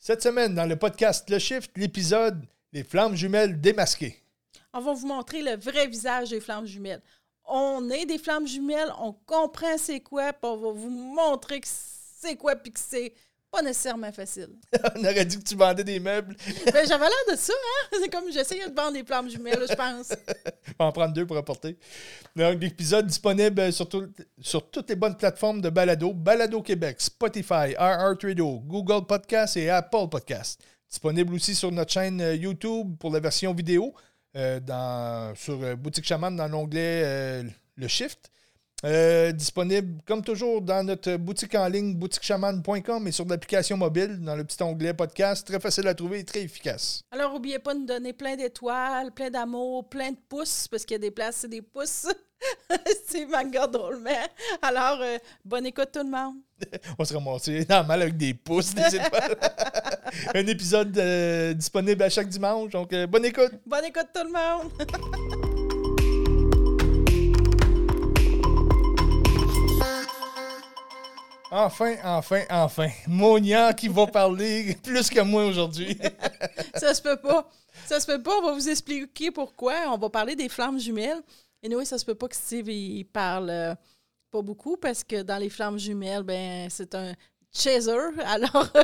Cette semaine, dans le podcast Le Shift, l'épisode « Les flammes jumelles démasquées ». On va vous montrer le vrai visage des flammes jumelles. On est des flammes jumelles, on comprend c'est quoi, puis on va vous montrer que c'est quoi, puis que c'est pas nécessairement facile. On aurait dit que tu vendais des meubles. Ben, j'avais l'air de ça, hein? C'est comme j'essayais de vendre des flammes jumelles, là, je pense. On va en prendre deux pour apporter. Donc, l'épisode disponible sur toutes les bonnes plateformes de balado. Balado Québec, Spotify, iHeartRadio, Google Podcasts et Apple Podcasts. Disponible aussi sur notre chaîne YouTube pour la version vidéo, sur Boutique Chaman dans l'onglet Le Shift. Disponible, comme toujours, dans notre boutique en ligne, boutiquechaman.com et sur l'application mobile, dans le petit onglet podcast. Très facile à trouver et très efficace. Alors, n'oubliez pas de nous donner plein d'étoiles, plein d'amour, plein de pouces, parce qu'il y a des places, c'est des pouces. C'est manga drôlement. Alors, bonne écoute tout le monde. On se ramassait normal avec des pouces, des étoiles. Un épisode disponible à chaque dimanche, donc bonne écoute. Bonne écoute tout le monde. Enfin. Monia qui va parler plus que moi aujourd'hui. Ça se peut pas. On va vous expliquer pourquoi. On va parler des flammes jumelles. Et nous, ça se peut pas que Steve il parle pas beaucoup parce que dans les flammes jumelles, ben c'est un chaser. Alors...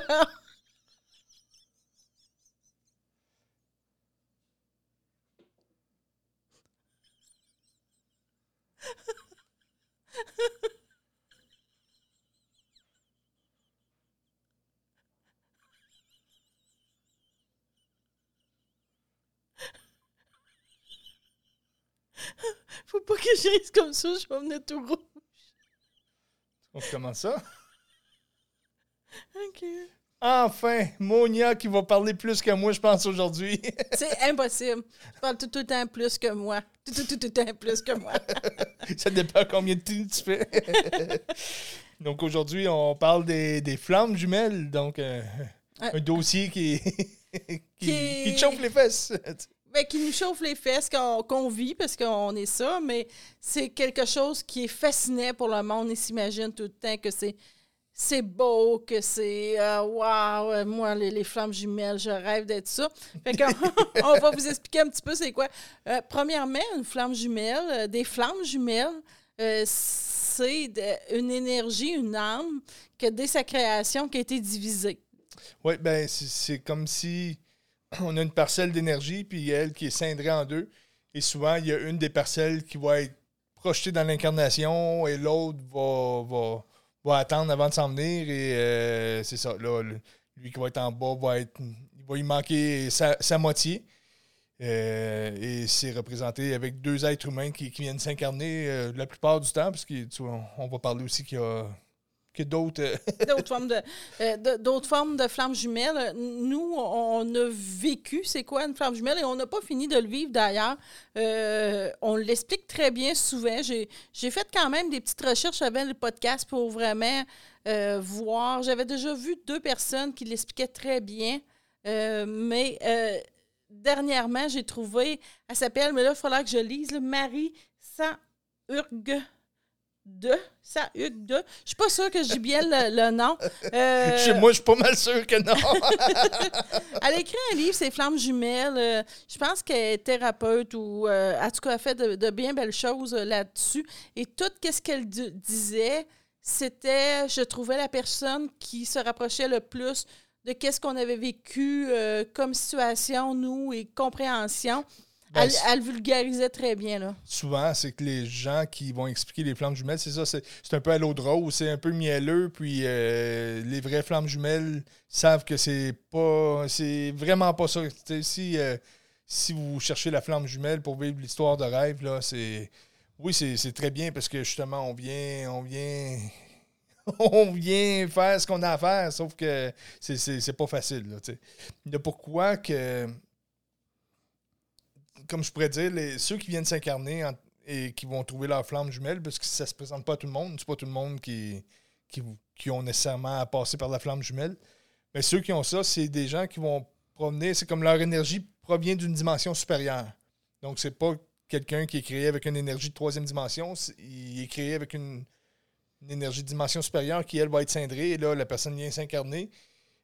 Faut pas que je risque comme ça, je vais venir tout rouge. On commence ça? OK. Enfin, Monia qui va parler plus que moi, je pense, aujourd'hui. C'est impossible. Tu parles tout le temps plus que moi. Tout le temps plus que moi. Ça dépend combien de temps tu fais. Donc aujourd'hui, on parle des flammes jumelles. Donc, un dossier qui te chauffe les fesses. Ben, qui nous chauffe les fesses, qu'on vit, parce qu'on est ça, mais c'est quelque chose qui est fascinant pour le monde. Ils s'imaginent tout le temps que c'est beau, que c'est wow, moi, les flammes jumelles, je rêve d'être ça. Fait qu'on va vous expliquer un petit peu c'est quoi. Premièrement, une flamme jumelle, des flammes jumelles, c'est une énergie, une âme, que dès sa création, qui a été divisée. Oui, ben c'est comme si on a une parcelle d'énergie, puis elle qui est scindrée en deux. Et souvent, il y a une des parcelles qui va être projetée dans l'incarnation et l'autre va attendre avant de s'en venir. Et c'est ça. Là, lui qui va être en bas, il va y manquer sa moitié. Et c'est représenté avec deux êtres humains qui viennent s'incarner la plupart du temps, parce qu'on va parler aussi qu'il y a d'autres... d'autres formes de flammes jumelles. Nous, on a vécu c'est quoi une flamme jumelle et on n'a pas fini de le vivre d'ailleurs. On l'explique très bien souvent. J'ai fait quand même des petites recherches avant le podcast pour vraiment voir. J'avais déjà vu 2 personnes qui l'expliquaient très bien, mais dernièrement, j'ai trouvé, elle s'appelle, mais là, il faudra que je lise, Marie Saurgue. Je suis pas sûre que je dis bien le nom. Moi, je suis pas mal sûre que non. Elle a écrit un livre, c'est Flammes jumelles. Je pense qu'elle est thérapeute ou en tout cas, elle fait de bien belles choses là-dessus. Et tout ce qu'elle disait, c'était, je trouvais la personne qui se rapprochait le plus de qu'est-ce qu'on avait vécu comme situation, nous, et compréhension. Elle vulgarisait très bien, là. Souvent, c'est que les gens qui vont expliquer les flammes jumelles, c'est ça, c'est un peu à l'eau de rose, c'est un peu mielleux, puis les vraies flammes jumelles savent que c'est vraiment pas ça. Si vous cherchez la flamme jumelle pour vivre l'histoire de rêve, là, c'est très bien, parce que justement, on vient faire ce qu'on a à faire, sauf que c'est pas facile, là, tu sais. Il y a pourquoi que... Comme je pourrais dire, ceux qui viennent s'incarner et qui vont trouver leur flamme jumelle, parce que ça se présente pas à tout le monde, c'est pas tout le monde qui ont nécessairement à passer par la flamme jumelle. Mais ceux qui ont ça, c'est des gens qui vont provenir, c'est comme leur énergie provient d'une dimension supérieure. Donc, c'est pas quelqu'un qui est créé avec une énergie de 3e dimension, il est créé avec une énergie de dimension supérieure qui, elle, va être cindrée, et là, la personne vient s'incarner.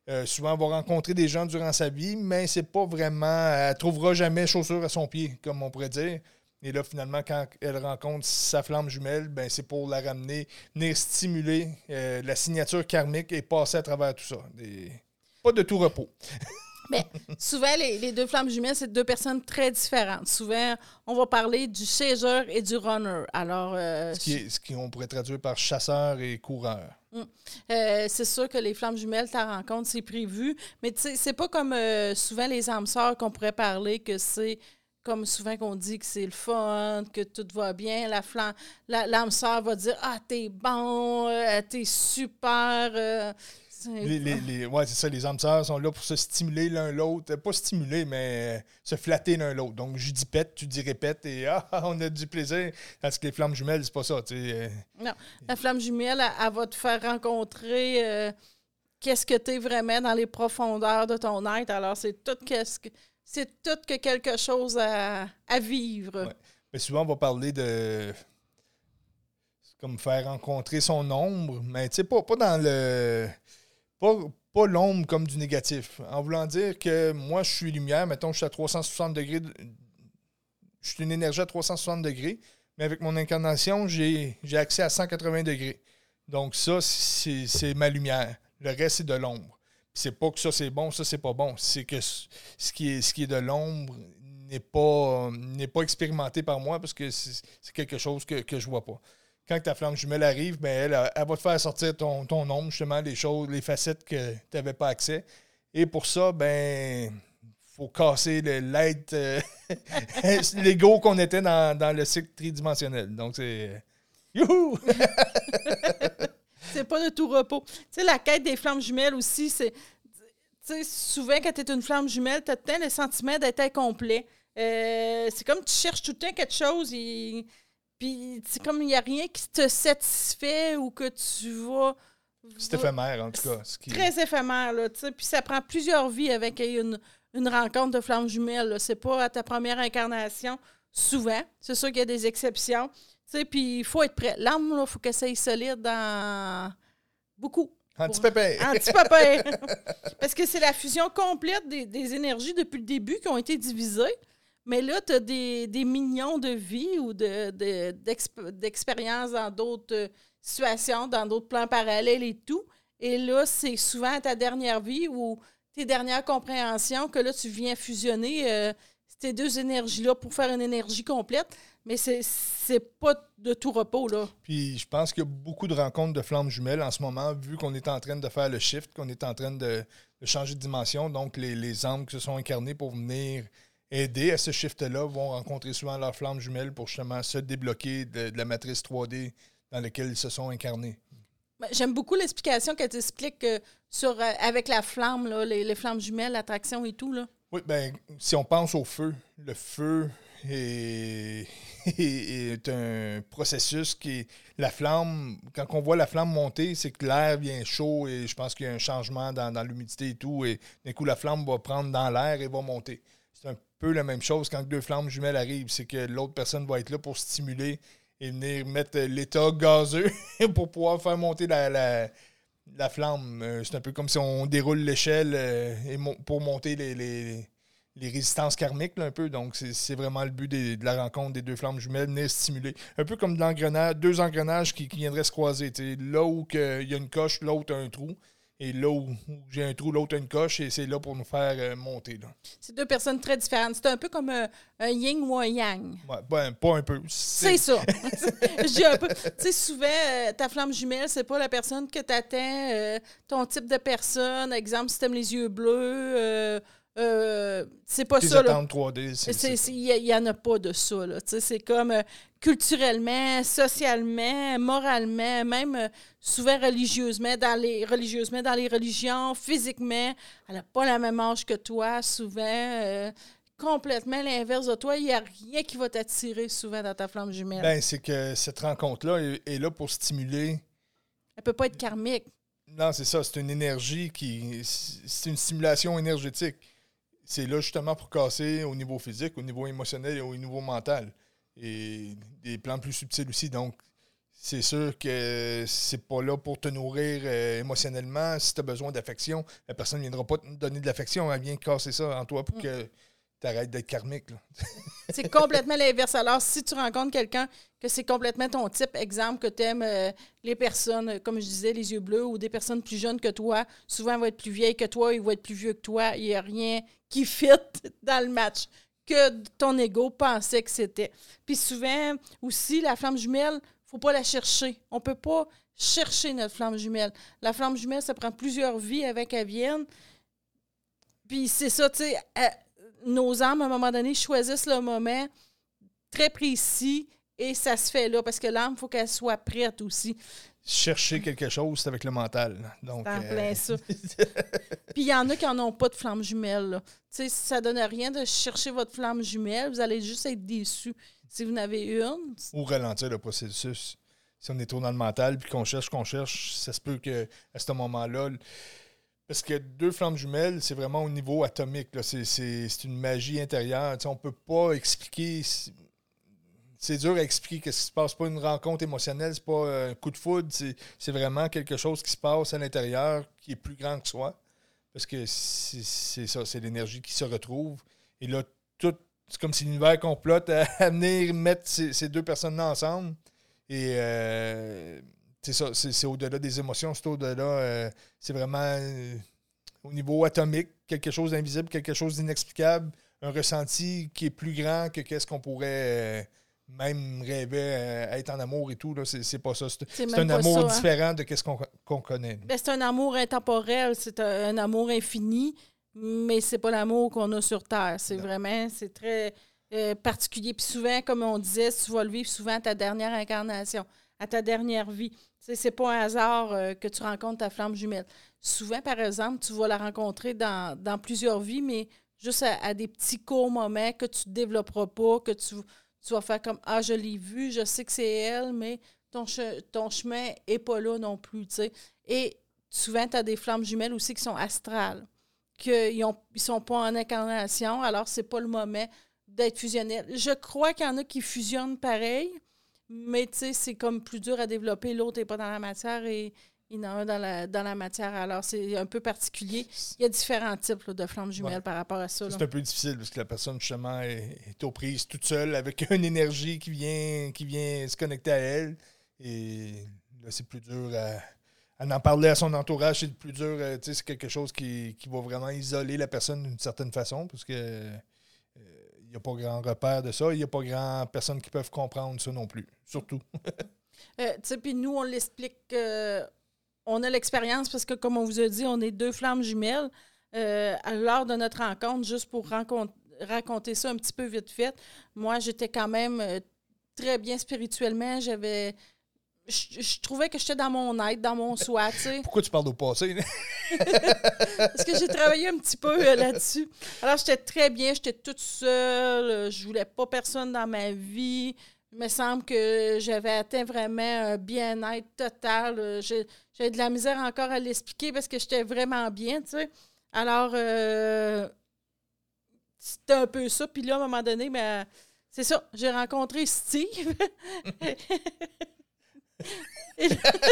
Souvent, elle va rencontrer des gens durant sa vie, mais c'est pas vraiment... Elle ne trouvera jamais chaussure à son pied, comme on pourrait dire. Et là, finalement, quand elle rencontre sa flamme jumelle, ben, c'est pour la ramener, venir stimuler la signature karmique et passer à travers tout ça. Pas de tout repos. Mais souvent, les deux flammes jumelles, c'est deux personnes très différentes. Souvent, on va parler du chaser et du runner. Alors, ce qu'on pourrait traduire par chasseur et coureur. C'est sûr que les flammes jumelles, ta rencontre, c'est prévu. Mais tu sais, c'est pas comme souvent les âmes sœurs qu'on pourrait parler, que c'est comme souvent qu'on dit que c'est le fun, que tout va bien. L'âme sœur va dire « Ah, t'es bon, t'es super. Ouais, c'est ça, les âmes sœurs sont là pour se stimuler l'un l'autre. Pas stimuler, mais se flatter l'un l'autre. Donc, je dis pète, tu dis répète, et on a du plaisir. Parce que les flammes jumelles, c'est pas ça, tu sais. Non, la flamme jumelle, elle va te faire rencontrer qu'est-ce que tu es vraiment dans les profondeurs de ton être. Alors, c'est tout que quelque chose à vivre. Ouais. Mais souvent, on va parler de... C'est comme faire rencontrer son ombre, mais tu sais, pas dans le... Pas l'ombre comme du négatif. En voulant dire que moi, je suis lumière, mettons, je suis à 360 degrés, je suis une énergie à 360 degrés, mais avec mon incarnation, j'ai accès à 180 degrés. Donc ça, c'est ma lumière. Le reste, c'est de l'ombre. C'est pas que ça, c'est bon, ça, c'est pas bon. C'est que ce qui est de l'ombre n'est pas expérimenté par moi parce que c'est quelque chose que je vois pas. Quand ta flamme jumelle arrive, ben elle va te faire sortir ton ombre, justement, les facettes que tu n'avais pas accès. Et pour ça, ben faut casser l'être, l'ego qu'on était dans le cycle tridimensionnel. Donc, c'est... Youhou! C'est pas de tout repos. Tu sais, la quête des flammes jumelles aussi, c'est... Tu sais, souvent, quand tu es une flamme jumelle, tu as tout le temps le sentiment d'être incomplet. C'est comme tu cherches tout le temps quelque chose et... Puis, c'est comme il n'y a rien qui te satisfait ou que tu vas... C'est éphémère, en tout cas. Très éphémère, là, tu sais. Puis ça prend plusieurs vies avec une rencontre de flamme jumelle, là. C'est pas à ta première incarnation, souvent. C'est sûr qu'il y a des exceptions. Tu sais, puis il faut être prêt. L'âme, il faut qu'elle soit solide dans... Beaucoup. Anti-pépère. Anti-pépère. Parce que c'est la fusion complète des énergies depuis le début qui ont été divisées. Mais là, tu as des millions de vies ou d'expériences dans d'autres situations, dans d'autres plans parallèles et tout. Et là, c'est souvent ta dernière vie ou tes dernières compréhensions que là, tu viens fusionner ces deux énergies-là pour faire une énergie complète. Mais c'est pas de tout repos, là. Puis je pense qu'il y a beaucoup de rencontres de flammes jumelles en ce moment, vu qu'on est en train de faire le shift, qu'on est en train de changer de dimension. Donc, les âmes qui se sont incarnées pour venir aider à ce shift-là vont rencontrer souvent leurs flammes jumelles pour justement se débloquer de la matrice 3D dans laquelle ils se sont incarnés. J'aime beaucoup l'explication que tu expliques avec la flamme, là, les flammes jumelles, l'attraction et tout, là. Oui, bien, si on pense au feu, le feu est un processus qui est... La flamme, quand on voit la flamme monter, c'est que l'air vient chaud et je pense qu'il y a un changement dans l'humidité et tout. Et d'un coup, la flamme va prendre dans l'air et va monter. C'est un peu la même chose quand deux flammes jumelles arrivent. C'est que l'autre personne va être là pour stimuler et venir mettre l'état gazeux pour pouvoir faire monter la flamme. C'est un peu comme si on déroule l'échelle pour monter les résistances karmiques, là, un peu. Donc, c'est vraiment le but de la rencontre des deux flammes jumelles, venir stimuler. Un peu comme deux engrenages qui viendraient se croiser. T'sais. Là où il y a une coche, l'autre a un trou. Et là où j'ai un trou, l'autre a une coche. Et c'est là pour nous faire monter. Là. C'est deux personnes très différentes. C'est un peu comme un yin ou un yang. Ouais, ben, pas un peu. C'est ça. Je dis un peu. Tu sais, souvent, ta flamme jumelle, c'est pas la personne que tu attends, ton type de personne. Exemple, si tu aimes les yeux bleus... c'est pas ça. Attentes 3D, il n'y en a pas de ça. Là. C'est comme culturellement, socialement, moralement, même souvent religieusement dans les religions, physiquement. Elle n'a pas la même âge que toi, souvent. Complètement l'inverse de toi. Il n'y a rien qui va t'attirer souvent dans ta flamme jumelle. Ben, c'est que cette rencontre-là est là pour stimuler. Elle ne peut pas être karmique. Non, c'est ça. C'est une énergie c'est une stimulation énergétique. C'est là justement pour casser au niveau physique, au niveau émotionnel et au niveau mental. Et des plans plus subtils aussi. Donc, c'est sûr que c'est pas là pour te nourrir émotionnellement. Si tu as besoin d'affection, la personne ne viendra pas te donner de l'affection. Elle vient casser ça en toi pour que tu arrêtes d'être karmique. Là. C'est complètement l'inverse. Alors, si tu rencontres quelqu'un que c'est complètement ton type, exemple, que tu aimes les personnes, comme je disais, les yeux bleus, ou des personnes plus jeunes que toi, souvent elles vont être plus vieilles que toi, ils vont être plus vieux que toi, il n'y a rien qui fit dans le match que ton ego pensait que c'était. Puis souvent, aussi, la flamme jumelle, faut pas la chercher. On peut pas chercher notre flamme jumelle. La flamme jumelle, ça prend plusieurs vies avec qu'elle vienne. Puis c'est ça, tu sais, nos âmes, à un moment donné, choisissent le moment très précis et ça se fait là, parce que l'âme, il faut qu'elle soit prête aussi. Chercher quelque chose, c'est avec le mental. Donc, c'est en plein ça. Puis il y en a qui n'en ont pas de flamme jumelle. Là. Tu sais, ça ne donne rien de chercher votre flamme jumelle. Vous allez juste être déçus si vous en avez une. Ou ralentir le processus. Si on est trop dans le mental puis qu'on cherche, ça se peut qu'à ce moment-là... Parce que 2 flammes jumelles, c'est vraiment au niveau atomique. Là. C'est une magie intérieure. T'sais, on ne peut pas expliquer... C'est dur à expliquer ce qui se passe. C'est pas une rencontre émotionnelle, c'est pas un coup de foudre. C'est vraiment quelque chose qui se passe à l'intérieur qui est plus grand que soi. Parce que c'est ça, c'est l'énergie qui se retrouve. Et là, c'est comme si l'univers complote à venir mettre ces 2 personnes-là ensemble. Et c'est ça, c'est au-delà des émotions, c'est au-delà, c'est vraiment au niveau atomique, quelque chose d'invisible, quelque chose d'inexplicable, un ressenti qui est plus grand que qu'est-ce qu'on pourrait même rêver être en amour et tout. Là, c'est pas ça. C'est un amour différent de qu'est-ce qu'on connaît. Ben, c'est un amour intemporel, c'est un amour infini, mais c'est pas l'amour qu'on a sur Terre. C'est vraiment, c'est très particulier. Puis souvent, comme on disait, tu vas le vivre souvent à ta dernière incarnation, à ta dernière vie. C'est pas un hasard que tu rencontres ta flamme jumelle. Souvent, par exemple, tu vas la rencontrer dans plusieurs vies, mais juste à des petits courts moments que tu ne développeras pas, que tu vas faire comme « Ah, je l'ai vue, je sais que c'est elle, mais ton chemin n'est pas là non plus. » Et souvent, tu as des flammes jumelles aussi qui sont astrales, qu'ils ne sont pas en incarnation, alors c'est pas le moment d'être fusionnel. Je crois qu'il y en a qui fusionnent pareil, mais c'est comme plus dur à développer. L'autre n'est pas dans la matière et il y en a un dans la matière. Alors, c'est un peu particulier. Il y a différents types là, de flammes jumelles par rapport à ça. C'est un peu difficile parce que la personne, justement, est aux prises toute seule avec une énergie qui vient se connecter à elle. Et là, c'est plus dur à en parler à son entourage. C'est plus dur. C'est quelque chose qui va vraiment isoler la personne d'une certaine façon parce que il n'y a pas grand repère de ça. Il n'y a pas grand personne qui peuvent comprendre ça non plus. Surtout. Puis nous, on l'explique... on a l'expérience parce que, comme on vous a dit, on est 2 flammes jumelles. Lors de notre rencontre, juste pour raconter ça un petit peu vite fait, moi, j'étais quand même très bien spirituellement. Je trouvais que j'étais dans mon être, dans mon soi, tu sais. Pourquoi tu parles au passé? Parce que j'ai travaillé un petit peu là-dessus. Alors, j'étais très bien, j'étais toute seule, je voulais pas personne dans ma vie. Il me semble que j'avais atteint vraiment un bien-être total. J'avais de la misère encore à l'expliquer parce que j'étais vraiment bien, tu sais. Alors, c'était un peu ça. Puis là, à un moment donné, ben, c'est ça, j'ai rencontré Steve. Et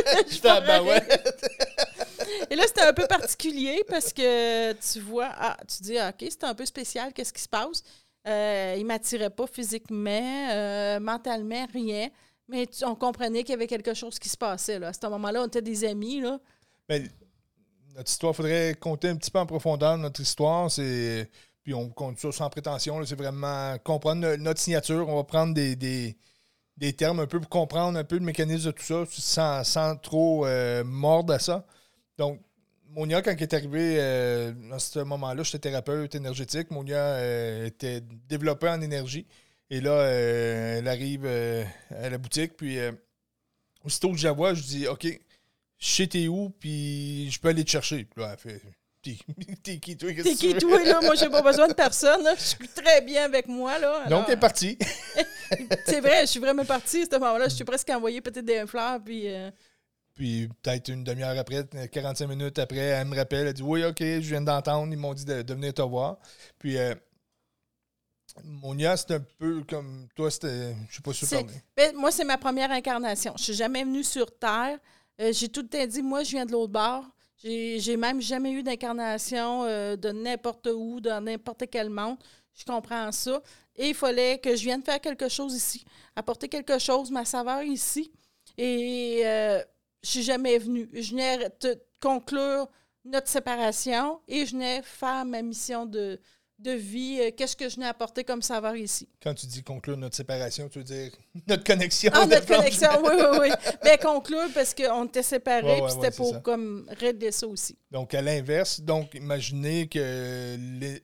là, c'était un peu particulier parce que tu vois, tu dis, OK, c'est un peu spécial, qu'est-ce qui se passe? Il ne m'attirait pas physiquement, mentalement, rien. Mais on comprenait qu'il y avait quelque chose qui se passait. Là. À ce moment-là, on était des amis. Là. Ben, notre histoire, il faudrait compter un petit peu en profondeur notre histoire. Puis on compte ça sans prétention. Là, c'est vraiment comprendre notre signature. On va prendre des termes un peu pour comprendre un peu le mécanisme de tout ça sans trop mordre à ça. Donc, Monia, quand elle est arrivée, à ce moment-là, j'étais thérapeute énergétique. Monia était développée en énergie. Et là, elle arrive à la boutique. Puis, aussitôt que je la vois, je dis « OK, je sais t'es où, puis je peux aller te chercher. » Puis là, elle fait « T'es qui, toi? T'es qui, toi, là? Moi, j'ai pas besoin de personne. Là. Je suis très bien avec moi, là. Alors, donc, elle est partie. C'est vrai, je suis vraiment partie à ce moment-là. Je suis presque envoyée peut-être des fleurs, puis... Puis peut-être une demi-heure après, 45 minutes après, elle me rappelle, elle dit « Oui, OK, je viens d'entendre, ils m'ont dit de venir te voir. » Puis Monia, c'est un peu comme toi, c'était. Je sais pas si tu parlais. Ben, moi, c'est ma première incarnation. Je suis jamais venue sur Terre. J'ai tout le temps dit, moi, je viens de l'autre bord. J'ai même jamais eu d'incarnation de n'importe où, dans n'importe quel monde. Je comprends ça. Et il fallait que je vienne faire quelque chose ici, apporter quelque chose, ma saveur ici. Et je suis jamais venue. Je venais conclure notre séparation et je venais faire ma mission de vie. Qu'est-ce que je venais apporter comme saveur ici? Quand tu dis conclure notre séparation, tu veux dire notre connexion. Ah, notre connexion, oui. Mais conclure parce qu'on était séparés, puis c'était pour ça. Comme régler ça aussi. Donc, à l'inverse, imaginez que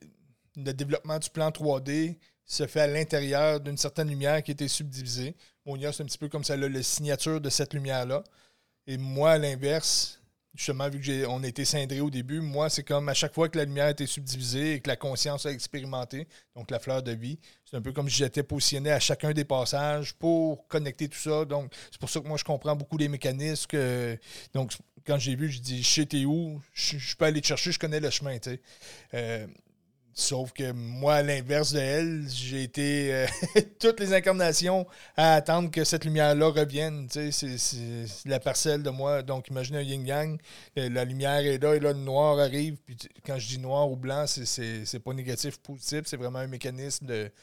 le développement du plan 3D se fait à l'intérieur d'une certaine lumière qui a été subdivisée. Monia, c'est un petit peu comme ça, là, la signature de cette lumière-là. Et moi, à l'inverse, justement, vu qu'on a été cindré au début, moi, c'est comme à chaque fois que la lumière a été subdivisée et que la conscience a expérimenté, donc la fleur de vie, c'est un peu comme si j'étais positionné à chacun des passages pour connecter tout ça. Donc, c'est pour ça que moi, je comprends beaucoup les mécanismes. Donc, quand j'ai vu, je dis, je sais t'es où, je peux aller te chercher, je connais le chemin, tu sais. Sauf que moi, à l'inverse de elle, j'ai été toutes les incarnations à attendre que cette lumière-là revienne. Tu sais, c'est la parcelle de moi. Donc, imaginez un yin-yang. La lumière est là et là, le noir arrive. Puis quand je dis noir ou blanc, c'est pas négatif ou positif. C'est vraiment un mécanisme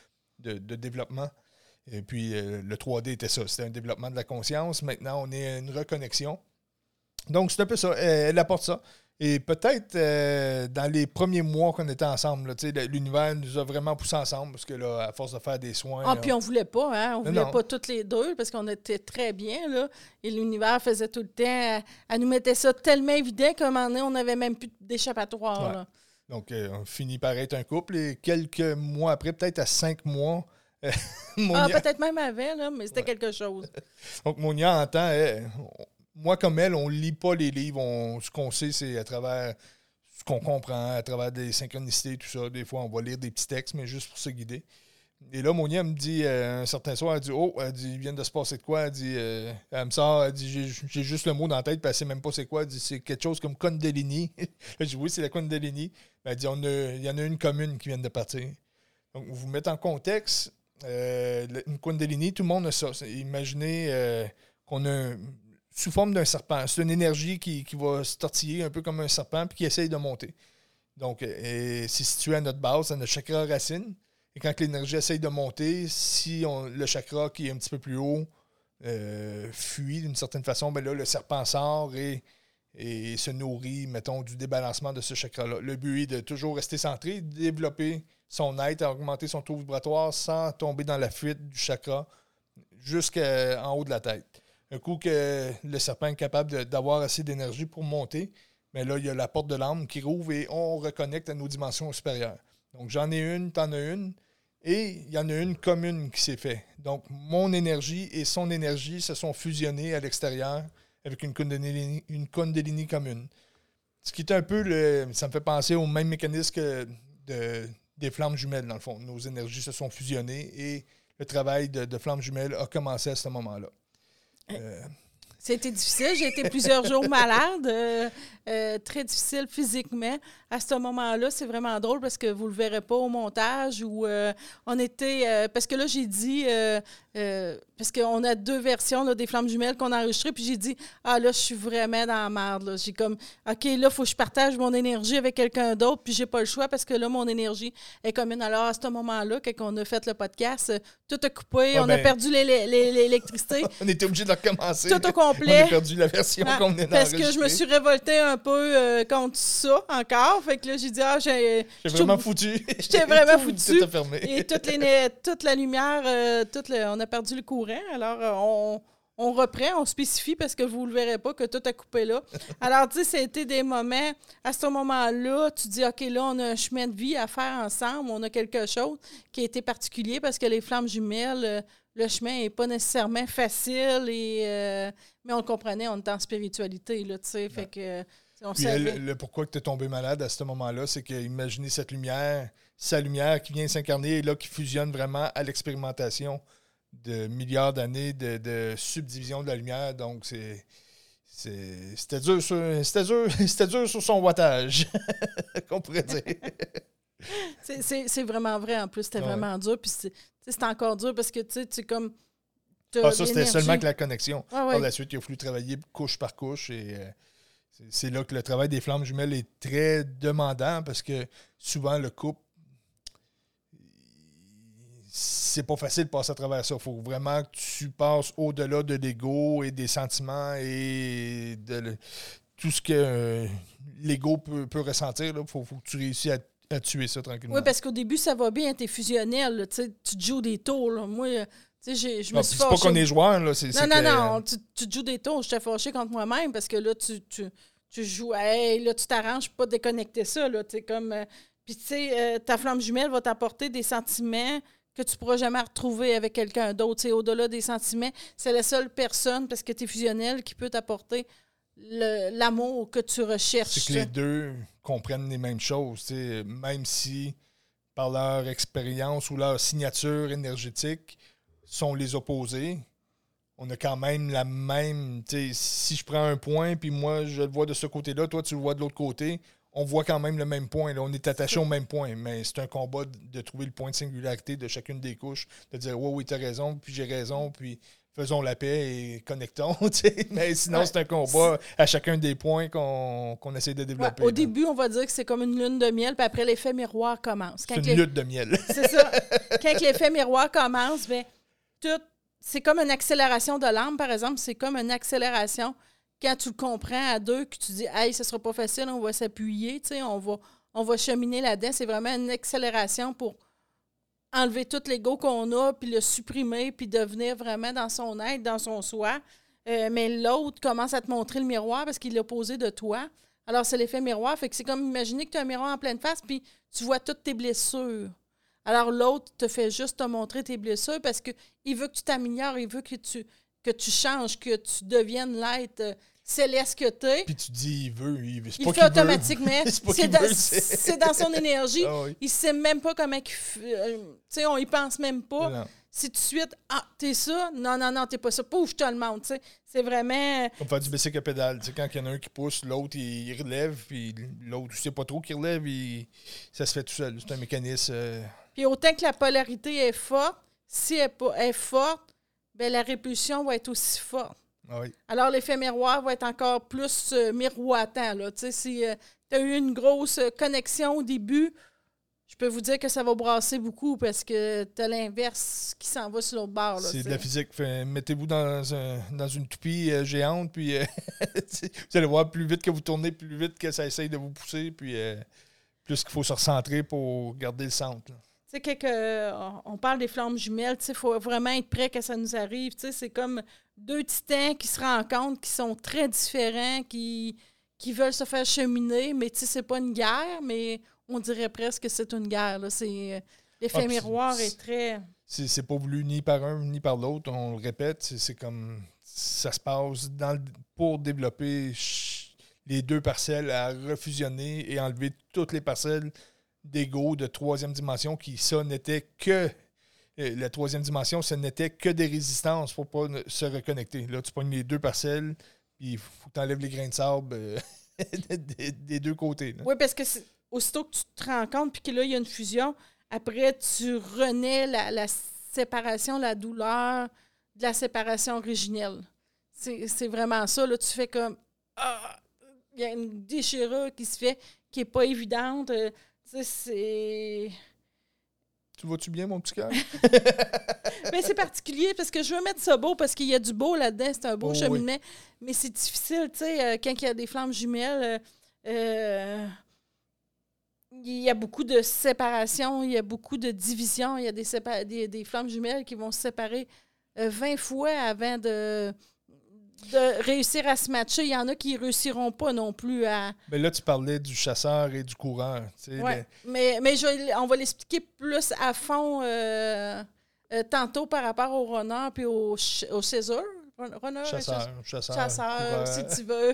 de développement. Et puis, le 3D était ça. C'était un développement de la conscience. Maintenant, on est à une reconnexion. Donc, c'est un peu ça. Elle apporte ça. Et peut-être dans les premiers mois qu'on était ensemble, là, l'univers nous a vraiment poussés ensemble parce que là, à force de faire des soins. Ah, puis on voulait pas, hein? On voulait pas toutes les deux parce qu'on était très bien, là. Et l'univers faisait tout le temps. Elle nous mettait ça tellement évident qu'à un moment donné, on n'avait même plus d'échappatoire. Là. Donc, on finit par être un couple et quelques mois après, peut-être à 5 mois. Monia... peut-être même avant, là, mais c'était quelque chose. Donc, Monia entend. Moi, comme elle, on ne lit pas les livres. Ce qu'on sait, c'est à travers ce qu'on comprend, à travers des synchronicités et tout ça. Des fois, on va lire des petits textes, mais juste pour se guider. Et là, Monia me dit, un certain soir, elle dit, il vient de se passer de quoi? Elle dit, elle me sort, elle dit, j'ai juste le mot dans la tête, puis elle ne sait même pas c'est quoi. Elle dit, c'est quelque chose comme Kundalini. Je dis, oui, c'est la Kundalini. Elle dit, il y en a une commune qui vient de partir. Donc, vous mettez en contexte, une Kundalini, tout le monde a ça. Imaginez qu'on a sous forme d'un serpent. C'est une énergie qui va se tortiller un peu comme un serpent puis qui essaye de monter. Donc, c'est situé à notre base, à notre chakra racine. Et quand l'énergie essaye de monter, si le chakra qui est un petit peu plus haut fuit d'une certaine façon, ben là, le serpent sort et se nourrit, mettons, du débalancement de ce chakra-là. Le but est de toujours rester centré, de développer son être, augmenter son taux vibratoire sans tomber dans la fuite du chakra jusqu'en haut de la tête. Un coup que le serpent est capable d'avoir assez d'énergie pour monter, mais là, il y a la porte de l'âme qui rouvre et on reconnecte à nos dimensions supérieures. Donc, j'en ai une, t'en as une, et il y en a une commune qui s'est faite. Donc, mon énergie et son énergie se sont fusionnés à l'extérieur avec une Kundalini commune. Ce qui est un peu, ça me fait penser au même mécanisme que des flammes jumelles, dans le fond. Nos énergies se sont fusionnées et le travail de flammes jumelles a commencé à ce moment-là. C'était difficile. J'ai été plusieurs jours malade, très difficile physiquement. À ce moment-là, c'est vraiment drôle parce que vous ne le verrez pas au montage où on était... parce que là, j'ai dit... parce qu'on a 2 versions là, des flammes jumelles qu'on a enregistrées, puis j'ai dit, là, je suis vraiment dans la merde. Là. J'ai comme, OK, là, il faut que je partage mon énergie avec quelqu'un d'autre, puis j'ai pas le choix parce que là, mon énergie est commune. Alors, à ce moment-là, quand on a fait le podcast, tout a coupé, on a perdu l'électricité. On était obligé de recommencer. Tout au complet. On a perdu la version qu'on venait d'enregistrer. Parce que je me suis révoltée un peu contre ça encore. Fait que là, j'ai dit, j'ai vraiment foutu. J'étais vraiment foutu. Tout a fermé. Et toute la lumière, on a perdu le courant. Alors, on reprend, on spécifie parce que vous ne le verrez pas que tout a coupé là. Alors, tu sais, c'était des moments, à ce moment-là, tu dis, OK, là, on a un chemin de vie à faire ensemble, on a quelque chose qui a été particulier parce que les flammes jumelles, le chemin n'est pas nécessairement facile, mais on le comprenait, on était en spiritualité, là, tu sais, fait que... Puis le pourquoi tu es tombé malade à ce moment-là, c'est que imaginez cette lumière, sa lumière qui vient s'incarner et là qui fusionne vraiment à l'expérimentation de milliards d'années de subdivision de la lumière. Donc, c'était dur sur son wattage, qu'on pourrait dire. C'est vraiment vrai, en plus. C'était vraiment dur. Puis c'est encore dur parce que, tu sais, comme... Ça, c'était seulement que la connexion. Ah, ouais. Par la suite, il a fallu travailler couche par couche. Et c'est là que le travail des flammes jumelles est très demandant parce que souvent, le couple, c'est pas facile de passer à travers ça. Il faut vraiment que tu passes au-delà de l'ego et des sentiments et de tout ce que l'ego peut ressentir. Il faut que tu réussisses à tuer ça tranquillement. Oui, parce qu'au début, ça va bien, t'es fusionnel. Là, tu te joues des tours. Là. Moi, je me suis fâchée. C'est pas qu'on est joueur. Là, non. Tu te joues des tours. J'étais fâchée contre moi-même parce que là, tu joues. Hey, là, tu t'arranges pour pas déconnecter ça. Là, comme, puis, tu sais, ta flamme jumelle va t'apporter des sentiments que tu ne pourras jamais retrouver avec quelqu'un d'autre. Au-delà des sentiments, c'est la seule personne, parce que tu es fusionnel, qui peut t'apporter l'amour que tu recherches. C'est que les deux comprennent les mêmes choses. Même si, par leur expérience ou leur signature énergétique, sont les opposés, on a quand même la même... Si je prends un point, puis moi, je le vois de ce côté-là, toi, tu le vois de l'autre côté, on voit quand même le même point. Là. On est attaché au même point, mais c'est un combat de trouver le point de singularité de chacune des couches, de dire « oui, t'as raison, puis j'ai raison, puis faisons la paix et connectons. » Mais sinon, c'est un combat à chacun des points qu'on essaie de développer. Au début, on va dire que c'est comme une lune de miel, puis après, l'effet miroir commence. C'est une lune de miel. C'est ça. Quand l'effet miroir commence, bien, c'est comme une accélération de l'âme, par exemple. C'est comme une accélération. Quand tu le comprends à deux, que tu dis « Hey, ce sera pas facile, on va s'appuyer, on va cheminer là-dedans. » C'est vraiment une accélération pour enlever tout l'ego qu'on a, puis le supprimer, puis devenir vraiment dans son être, dans son soi. Mais l'autre commence à te montrer le miroir parce qu'il est opposé de toi. Alors, c'est l'effet miroir. Fait que c'est comme imaginer que tu as un miroir en pleine face, puis tu vois toutes tes blessures. Alors, l'autre te fait juste te montrer tes blessures parce qu'il veut que tu t'améliores, il veut que tu changes, que tu deviennes l'être céleste que tu es. Puis tu dis, il veut. Il fait automatiquement. C'est dans son énergie. Ah oui. Il ne sait même pas comment tu sais, on y pense même pas. Non. Si tout de suite, t'es ça? Non, t'es pas ça. Pouf, je te le montre. T'sais. C'est vraiment... Comme faire du bicycle à pédale. T'sais, quand il y en a un qui pousse, l'autre, il relève, puis l'autre, je sais pas trop qui relève, ça se fait tout seul. C'est un mécanisme... Puis autant que la polarité est forte, si elle est forte, ben la répulsion va être aussi forte. Ah oui. Alors, l'effet miroir va être encore plus miroitant. Là. Si tu as eu une grosse connexion au début, je peux vous dire que ça va brasser beaucoup parce que tu as l'inverse qui s'en va sur l'autre bord. Là, c'est de la physique. Mettez-vous dans une toupie géante, puis vous allez voir, plus vite que vous tournez, plus vite que ça essaye de vous pousser, puis plus qu'il faut se recentrer pour garder le centre. Tu sais, on parle des flammes jumelles, il faut vraiment être prêt que ça nous arrive. C'est comme deux titans qui se rencontrent, qui sont très différents, qui veulent se faire cheminer, mais c'est pas une guerre, mais on dirait presque que c'est une guerre. Là. L'effet miroir est très... C'est pas voulu ni par un ni par l'autre, on le répète. C'est comme ça se passe pour développer les deux parcelles à refusionner et enlever toutes les parcelles d'ego de troisième dimension qui, ça, n'était que... La troisième dimension, ce n'était que des résistances pour pas se reconnecter. Là, tu pognes les deux parcelles, puis il faut que tu enlèves les grains de sable des deux côtés. Là. Oui, parce que aussitôt que tu te rends compte, puis que là, il y a une fusion, après, tu renais la séparation, la douleur de la séparation originelle. C'est vraiment ça. Là, tu fais comme... il y a une déchirure qui se fait, qui n'est pas évidente. C'est... Tu vas-tu bien, mon petit cœur? Mais c'est particulier parce que je veux mettre ça beau parce qu'il y a du beau là-dedans. C'est un beau cheminement. Oui. Mais c'est difficile, tu sais, quand il y a des flammes jumelles, il y a beaucoup de séparation, il y a beaucoup de division. Il y a des flammes jumelles qui vont se séparer 20 fois avant de réussir à se matcher. Il y en a qui ne réussiront pas non plus à... Mais là, tu parlais du chasseur et du coureur. Oui, mais on va l'expliquer plus à fond tantôt par rapport au runner puis au César. Chasseur, si tu veux.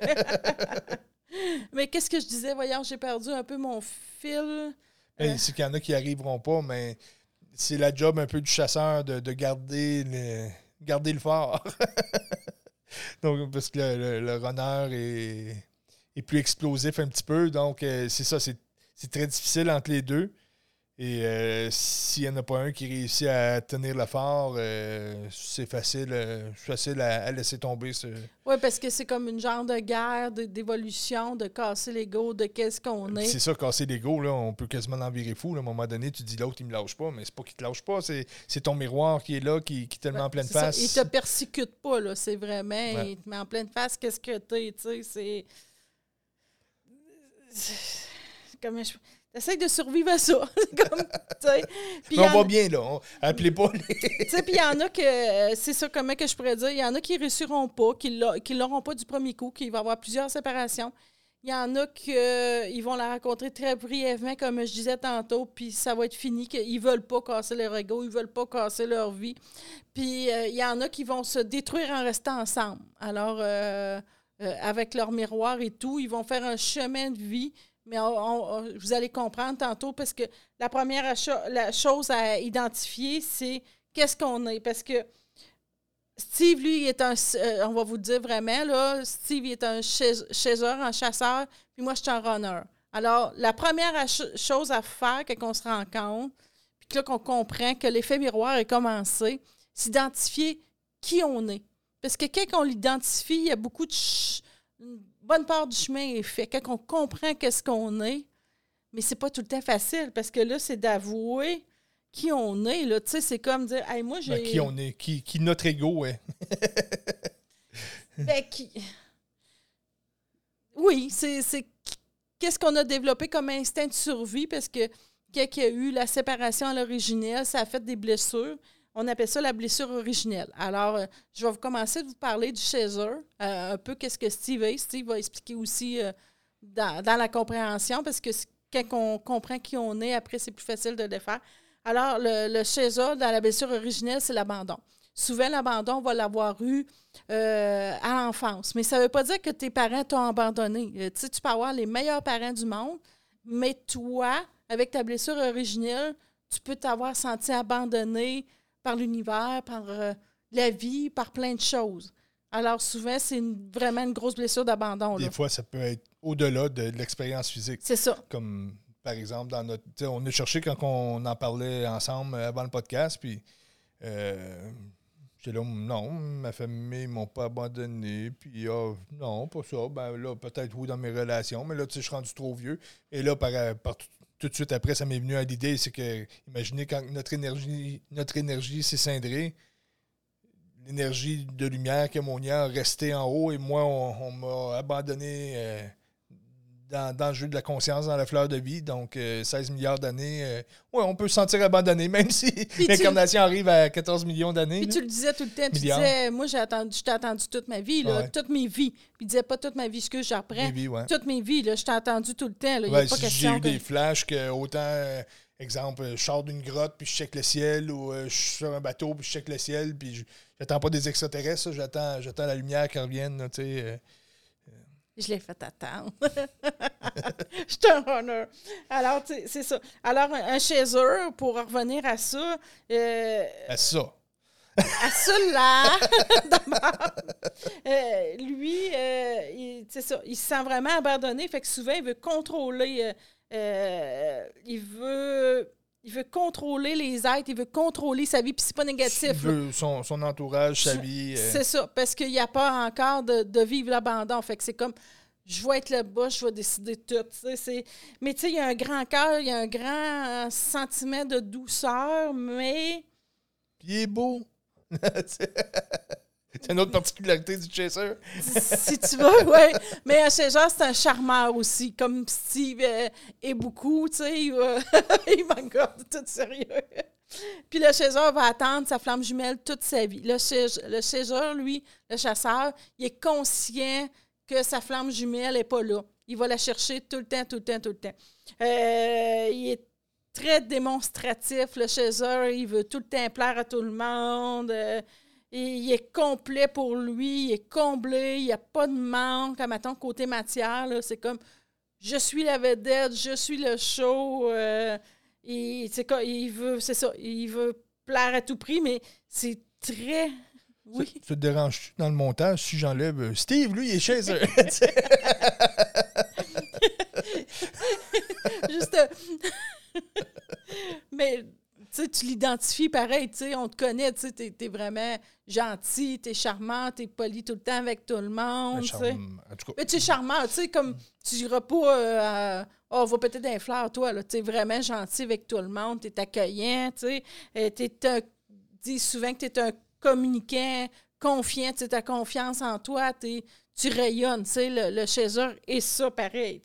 Mais qu'est-ce que je disais? Voyons, j'ai perdu un peu mon fil. C'est qu'il y en a qui n'y arriveront pas, mais c'est la job un peu du chasseur de garder le fort. Donc, parce que le runner est plus explosif un petit peu. Donc, c'est ça, c'est très difficile entre les deux. Et s'il n'y en a pas un qui réussit à tenir le fort, c'est facile à laisser tomber. Oui, parce que c'est comme une genre de guerre, d'évolution, de casser l'ego de qu'est-ce qu'on est. C'est ça, casser l'ego, là, on peut quasiment l'en virer fou. Là. À un moment donné, tu dis l'autre, il me lâche pas, mais c'est pas qu'il te lâche pas, c'est ton miroir qui est là, qui te le met en pleine face. Ça. Il te persécute pas, là. C'est vraiment, ouais. il te met en pleine face, qu'est-ce que t'es, tu sais, c'est comme t'essayes de survivre à ça. Comme, mais on va bien, là. Appelez pas les... Tu sais, puis il y en a que, c'est ça, comment que je pourrais dire, il y en a qui réussiront pas, qui l'auront pas du premier coup, qu'il va y avoir plusieurs séparations. Il y en a qui vont la rencontrer très brièvement, comme je disais tantôt, puis ça va être fini, qu'ils veulent pas casser leur ego, ils veulent pas casser leur vie. Puis il y en a qui vont se détruire en restant ensemble. Alors, avec leur miroir et tout, ils vont faire un chemin de vie. Mais vous allez comprendre tantôt, parce que la première chose à identifier, c'est qu'est-ce qu'on est. Parce que Steve, lui, il est on va vous le dire vraiment, là, Steve, il est un chasseur, un chasseur, puis moi, je suis un runner. Alors, la première chose à faire quand on se rend compte, puis que là, qu'on comprend que l'effet miroir est commencé, c'est d'identifier qui on est. Parce que quand on l'identifie, il y a beaucoup de... Une bonne part du chemin est fait. Quand on comprend qu'est-ce qu'on est, mais c'est pas tout le temps facile, parce que là, c'est d'avouer qui on est. Là. Tu sais, c'est comme dire, hey, moi, j'ai... Ben, qui on est, qui notre ego est. Ben, oui, c'est qu'est-ce qu'on a développé comme instinct de survie, parce que quand il y a eu la séparation à l'originelle, ça a fait des blessures. On appelle ça la blessure originelle. Alors, je vais commencer de vous parler du chaser, un peu qu'est-ce que Steve est. Steve va expliquer aussi dans la compréhension, parce que quand on comprend qui on est, après, c'est plus facile de le faire. Alors, le chaser, dans la blessure originelle, c'est l'abandon. Souvent, l'abandon, on va l'avoir eu à l'enfance. Mais ça ne veut pas dire que tes parents t'ont abandonné. Tu sais, tu peux avoir les meilleurs parents du monde, mais toi, avec ta blessure originelle, tu peux t'avoir senti abandonné par l'univers, par la vie, par plein de choses. Alors, souvent, c'est vraiment une grosse blessure d'abandon. Des fois, ça peut être au-delà de l'expérience physique. C'est ça. Comme, par exemple, on a cherché quand on en parlait ensemble avant le podcast, puis j'étais là, non, ma famille ne m'ont pas abandonné, puis non, pas ça. Ben là, peut-être oui dans mes relations, mais là, tu sais, je suis rendu trop vieux. Et là, tout de suite après, ça m'est venu à l'idée, c'est que, imaginez quand notre énergie s'est cindrée, l'énergie de lumière que mon a resté en haut, et moi, on m'a abandonné dans le jeu de la conscience, dans la fleur de vie. Donc, 16 milliards d'années, on peut se sentir abandonné, même si l'incarnation arrive à 14 millions d'années. Puis tu le disais tout le temps, tu disais, moi, je t'ai attendu toute ma vie, là, toute mes vies. Puis il disait pas toute ma vie, ce que j'apprends. Toutes mes vies, là, je t'ai attendu tout le temps. Là, y a pas question j'ai eu des flashs que autant, exemple, je sors d'une grotte, puis je check le ciel, ou je suis sur un bateau, puis je check le ciel, puis j'attends pas des extraterrestres, j'attends la lumière qui revienne, tu sais. Je l'ai fait attendre. Je suis un runner. Alors, c'est ça. Alors, un chaser, pour revenir à ça... à ça. À ça, là, d'abord. Lui, c'est ça. Il se sent vraiment abandonné. Fait que souvent, il veut contrôler... il veut contrôler les êtres, il veut contrôler sa vie, puis c'est pas négatif. Il veut son entourage, sa vie. C'est ça, parce qu'il n'y a pas encore de vivre l'abandon. Fait que c'est comme, je vais être le boss, je vais décider tout. Mais tu sais, il y a un grand cœur, il y a un grand sentiment de douceur, mais... Il est beau. C'est une autre particularité du chaser. Si tu veux, oui. Mais un chaser, c'est un charmeur aussi. Comme Steve est beaucoup, tu sais, il m'engorde tout sérieux. Puis le chaser va attendre sa flamme jumelle toute sa vie. Le chaser, lui, le chasseur, il est conscient que sa flamme jumelle n'est pas là. Il va la chercher tout le temps. Il est très démonstratif, le chaser. Il veut tout le temps plaire à tout le monde. Il est complet pour lui, il est comblé, il n'y a pas de manque. Mettons, côté matière, là, c'est comme, je suis la vedette, je suis le show. Il veut plaire à tout prix, mais c'est très... Oui. Ça te dérange dans le montage si j'enlève Steve, lui, il est chez eux. Juste... Mais tu l'identifies pareil, on te connaît, t'es vraiment gentil, t'es charmant, t'es poli tout le temps avec tout le monde. En tout cas. Mais tu es charmant, comme tu n'iras pas on va peut-être des fleurs, toi, là. Tu es vraiment gentil avec tout le monde, t'es accueillant, dis souvent que tu es un communicant confiant, tu as confiance en toi, tu rayonnes, le chasseur est ça pareil,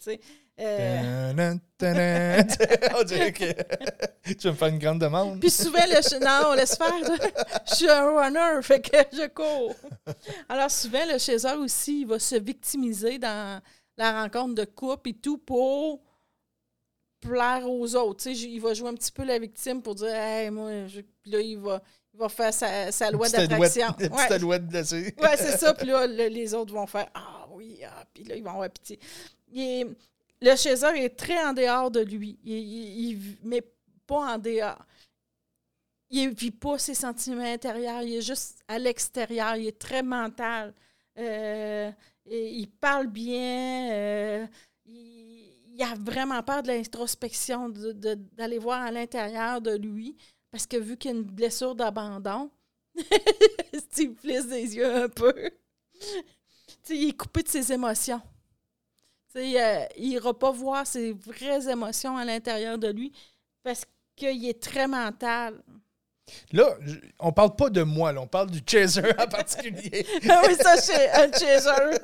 On dirait que tu vas me faire une grande demande. Puis souvent, non, laisse faire. Je suis un runner, fait que je cours. Alors souvent, le chasseur aussi, il va se victimiser dans la rencontre de couple et tout pour plaire aux autres. Il va jouer un petit peu la victime pour dire « Hey, moi, puis là, il va faire sa loi d'attraction. » Une petite alouette glacée. Oui, c'est ça. Puis là, les autres vont faire « Ah oui, puis là, ils vont avoir pitié. » Le chasseur est très en dehors de lui. Mais pas en dehors. Il ne vit pas ses sentiments intérieurs. Il est juste à l'extérieur. Il est très mental. Il parle bien. Il a vraiment peur de l'introspection, d'aller voir à l'intérieur de lui. Parce que vu qu'il y a une blessure d'abandon, il plisse des yeux un peu. Il est coupé de ses émotions. Il n'ira pas voir ses vraies émotions à l'intérieur de lui parce qu'il est très mental. Là, on parle pas de moi, là, on parle du chaser en particulier. Oui, ça, c'est un chaser.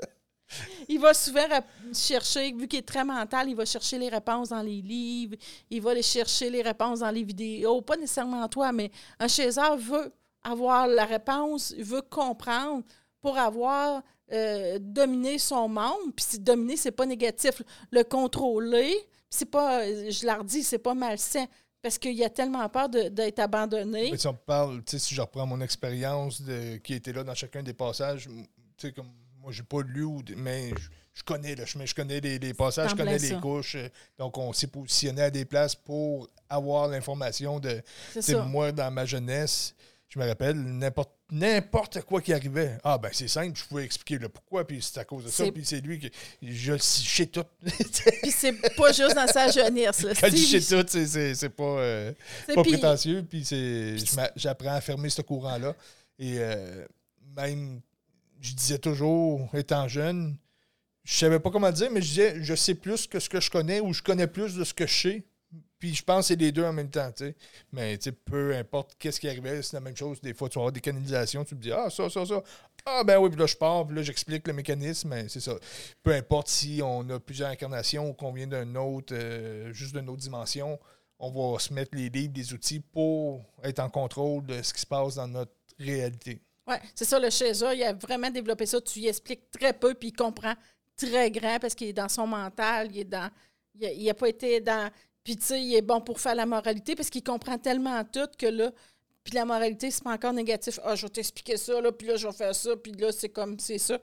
Il va souvent chercher, vu qu'il est très mental, il va chercher les réponses dans les livres, il va aller chercher les réponses dans les vidéos. Pas nécessairement toi, mais un chaser veut avoir la réponse, il veut comprendre pour avoir... dominer son monde, puis dominer, c'est pas négatif. Le contrôler, c'est pas, je leur dis, c'est pas malsain, parce qu'il y a tellement peur d'être abandonné. Mais si on parle, si je reprends mon expérience qui était là dans chacun des passages, comme moi, j'ai pas lu, mais je connais le chemin, je connais les passages, je connais les couches. Donc, on s'est positionné à des places pour avoir l'information de... Moi, dans ma jeunesse, je me rappelle, n'importe quoi qui arrivait. Ah, ben c'est simple, je pouvais expliquer le pourquoi, puis c'est à cause de ça, puis c'est lui que je sais tout. Puis c'est pas juste dans sa jeunesse. Là. Quand je sais tout, c'est pas prétentieux, puis j'apprends à fermer ce courant-là. Et même, je disais toujours, étant jeune, je savais pas comment dire, mais je disais, je sais plus que ce que je connais, ou je connais plus de ce que je sais. Puis je pense que c'est les deux en même temps, tu sais. Mais tu sais, peu importe qu'est-ce qui arrivait, c'est la même chose. Des fois, tu vas avoir des canalisations, tu te dis « Ah, ça. Ah, ben oui, puis là, je pars, puis là, j'explique le mécanisme. » Mais c'est ça. Peu importe si on a plusieurs incarnations ou qu'on vient d'un autre, juste d'une autre dimension, on va se mettre les livres, des outils pour être en contrôle de ce qui se passe dans notre réalité. Oui, c'est ça, le chasseur, il a vraiment développé ça. Tu lui expliques très peu, puis il comprend très grand parce qu'il est dans son mental, il n'a pas été dans... Puis, tu sais, il est bon pour faire la moralité parce qu'il comprend tellement tout que là, puis la moralité, c'est pas encore négatif. Ah, je vais t'expliquer ça, là, puis là, je vais faire ça, puis là, c'est ça.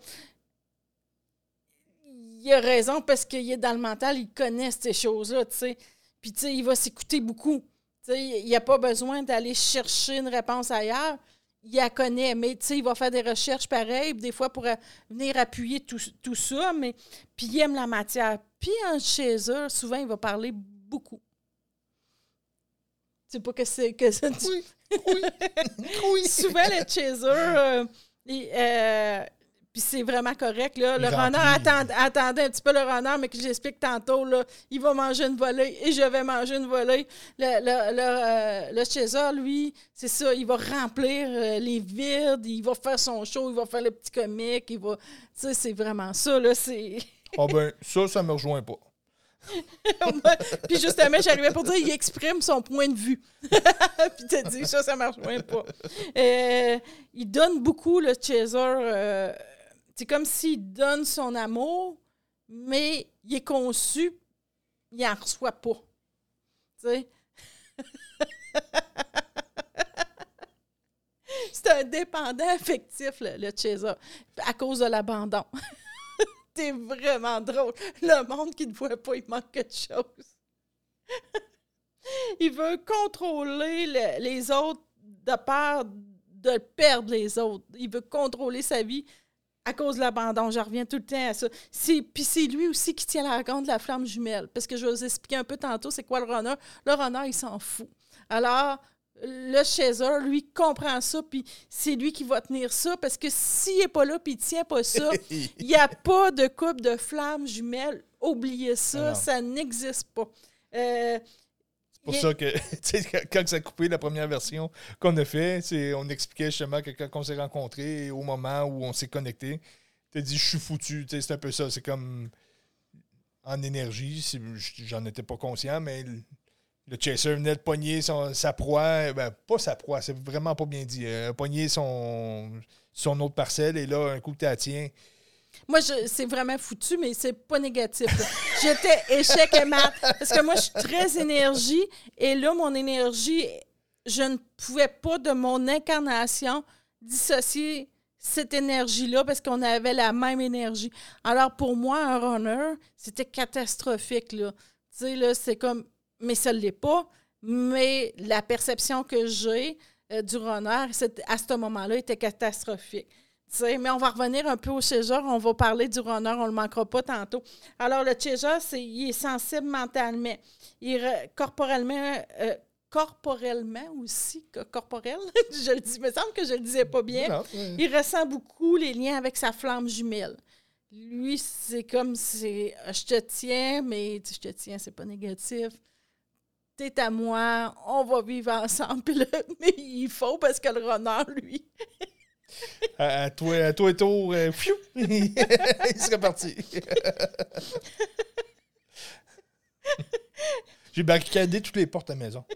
Il a raison parce qu'il est dans le mental, il connaît ces choses-là, tu sais. Puis, tu sais, il va s'écouter beaucoup. Tu sais, il n'a pas besoin d'aller chercher une réponse ailleurs. Il la connaît, mais tu sais, il va faire des recherches pareilles, des fois pour venir appuyer tout ça, mais puis il aime la matière. Puis un chaser, souvent, il va parler beaucoup. Tu sais pas que c'est que ça. Oui. Souvent, le chaser, puis c'est vraiment correct. Là. Le renard attendait un petit peu le renard, mais que j'explique tantôt, là, il va manger une volée et je vais manger une volée. Le chaser, lui, c'est ça, il va remplir les vides, il va faire son show, il va faire le petit comique, il va... Tu sais, c'est vraiment ça, là, c'est... Ah ben, ça me rejoint pas. Puis justement, j'arrivais pour dire il exprime son point de vue. Puis t'as dit ça ne marche moins pas. Il donne beaucoup, le chaser. C'est comme s'il donne son amour, mais il est conçu, il n'en reçoit pas. Tu sais? C'est un dépendant affectif, le chaser, à cause de l'abandon. C'est vraiment drôle. Le monde qui ne voit pas, il manque quelque chose. Il veut contrôler les autres de peur de perdre les autres. Il veut contrôler sa vie à cause de l'abandon. Je reviens tout le temps à ça. Puis c'est lui aussi qui tient la rencontre de la flamme jumelle. Parce que je vais vous expliquer un peu tantôt c'est quoi le runner. Le runner, il s'en fout. Alors, le chaser, lui, comprend ça, puis c'est lui qui va tenir ça, parce que s'il n'est pas là, puis il ne tient pas ça, il n'y a pas de couple de flamme jumelle. Oubliez ça, ça n'existe pas. C'est pour ça que, quand ça a coupé la première version qu'on a fait, on expliquait justement que quand on s'est rencontrés, au moment où on s'est connectés, tu as dit « je suis foutu », c'est un peu ça, c'est comme en énergie, j'en étais pas conscient, mais le chaser venait de pogner sa proie, pas sa proie, c'est vraiment pas bien dit, pogner son autre parcelle, et là, un coup que tu la tiens. Moi, c'est vraiment foutu, mais c'est pas négatif. J'étais échec et mat. Parce que moi, je suis très énergie. Et là, mon énergie, je ne pouvais pas, de mon incarnation, dissocier cette énergie-là parce qu'on avait la même énergie. Alors, pour moi, un runner, c'était catastrophique, là. Tu sais, là, c'est comme... Mais ça ne l'est pas. Mais la perception que j'ai du runner, à ce moment-là, était catastrophique. T'sais, mais on va revenir un peu au chaser. On va parler du runner, on ne le manquera pas tantôt. Alors, le chaser, il est sensible mentalement. Corporellement aussi, corporel, je le dis, il me semble que je ne le disais pas bien. Non. Il ressent beaucoup les liens avec sa flamme jumelle. Lui, c'est comme je te tiens, mais je te tiens, c'est pas négatif. T'es à moi, on va vivre ensemble. Puis là, mais il faut parce que le runner, lui... À toi et tour, il serait parti. J'ai barricadé toutes les portes à la maison.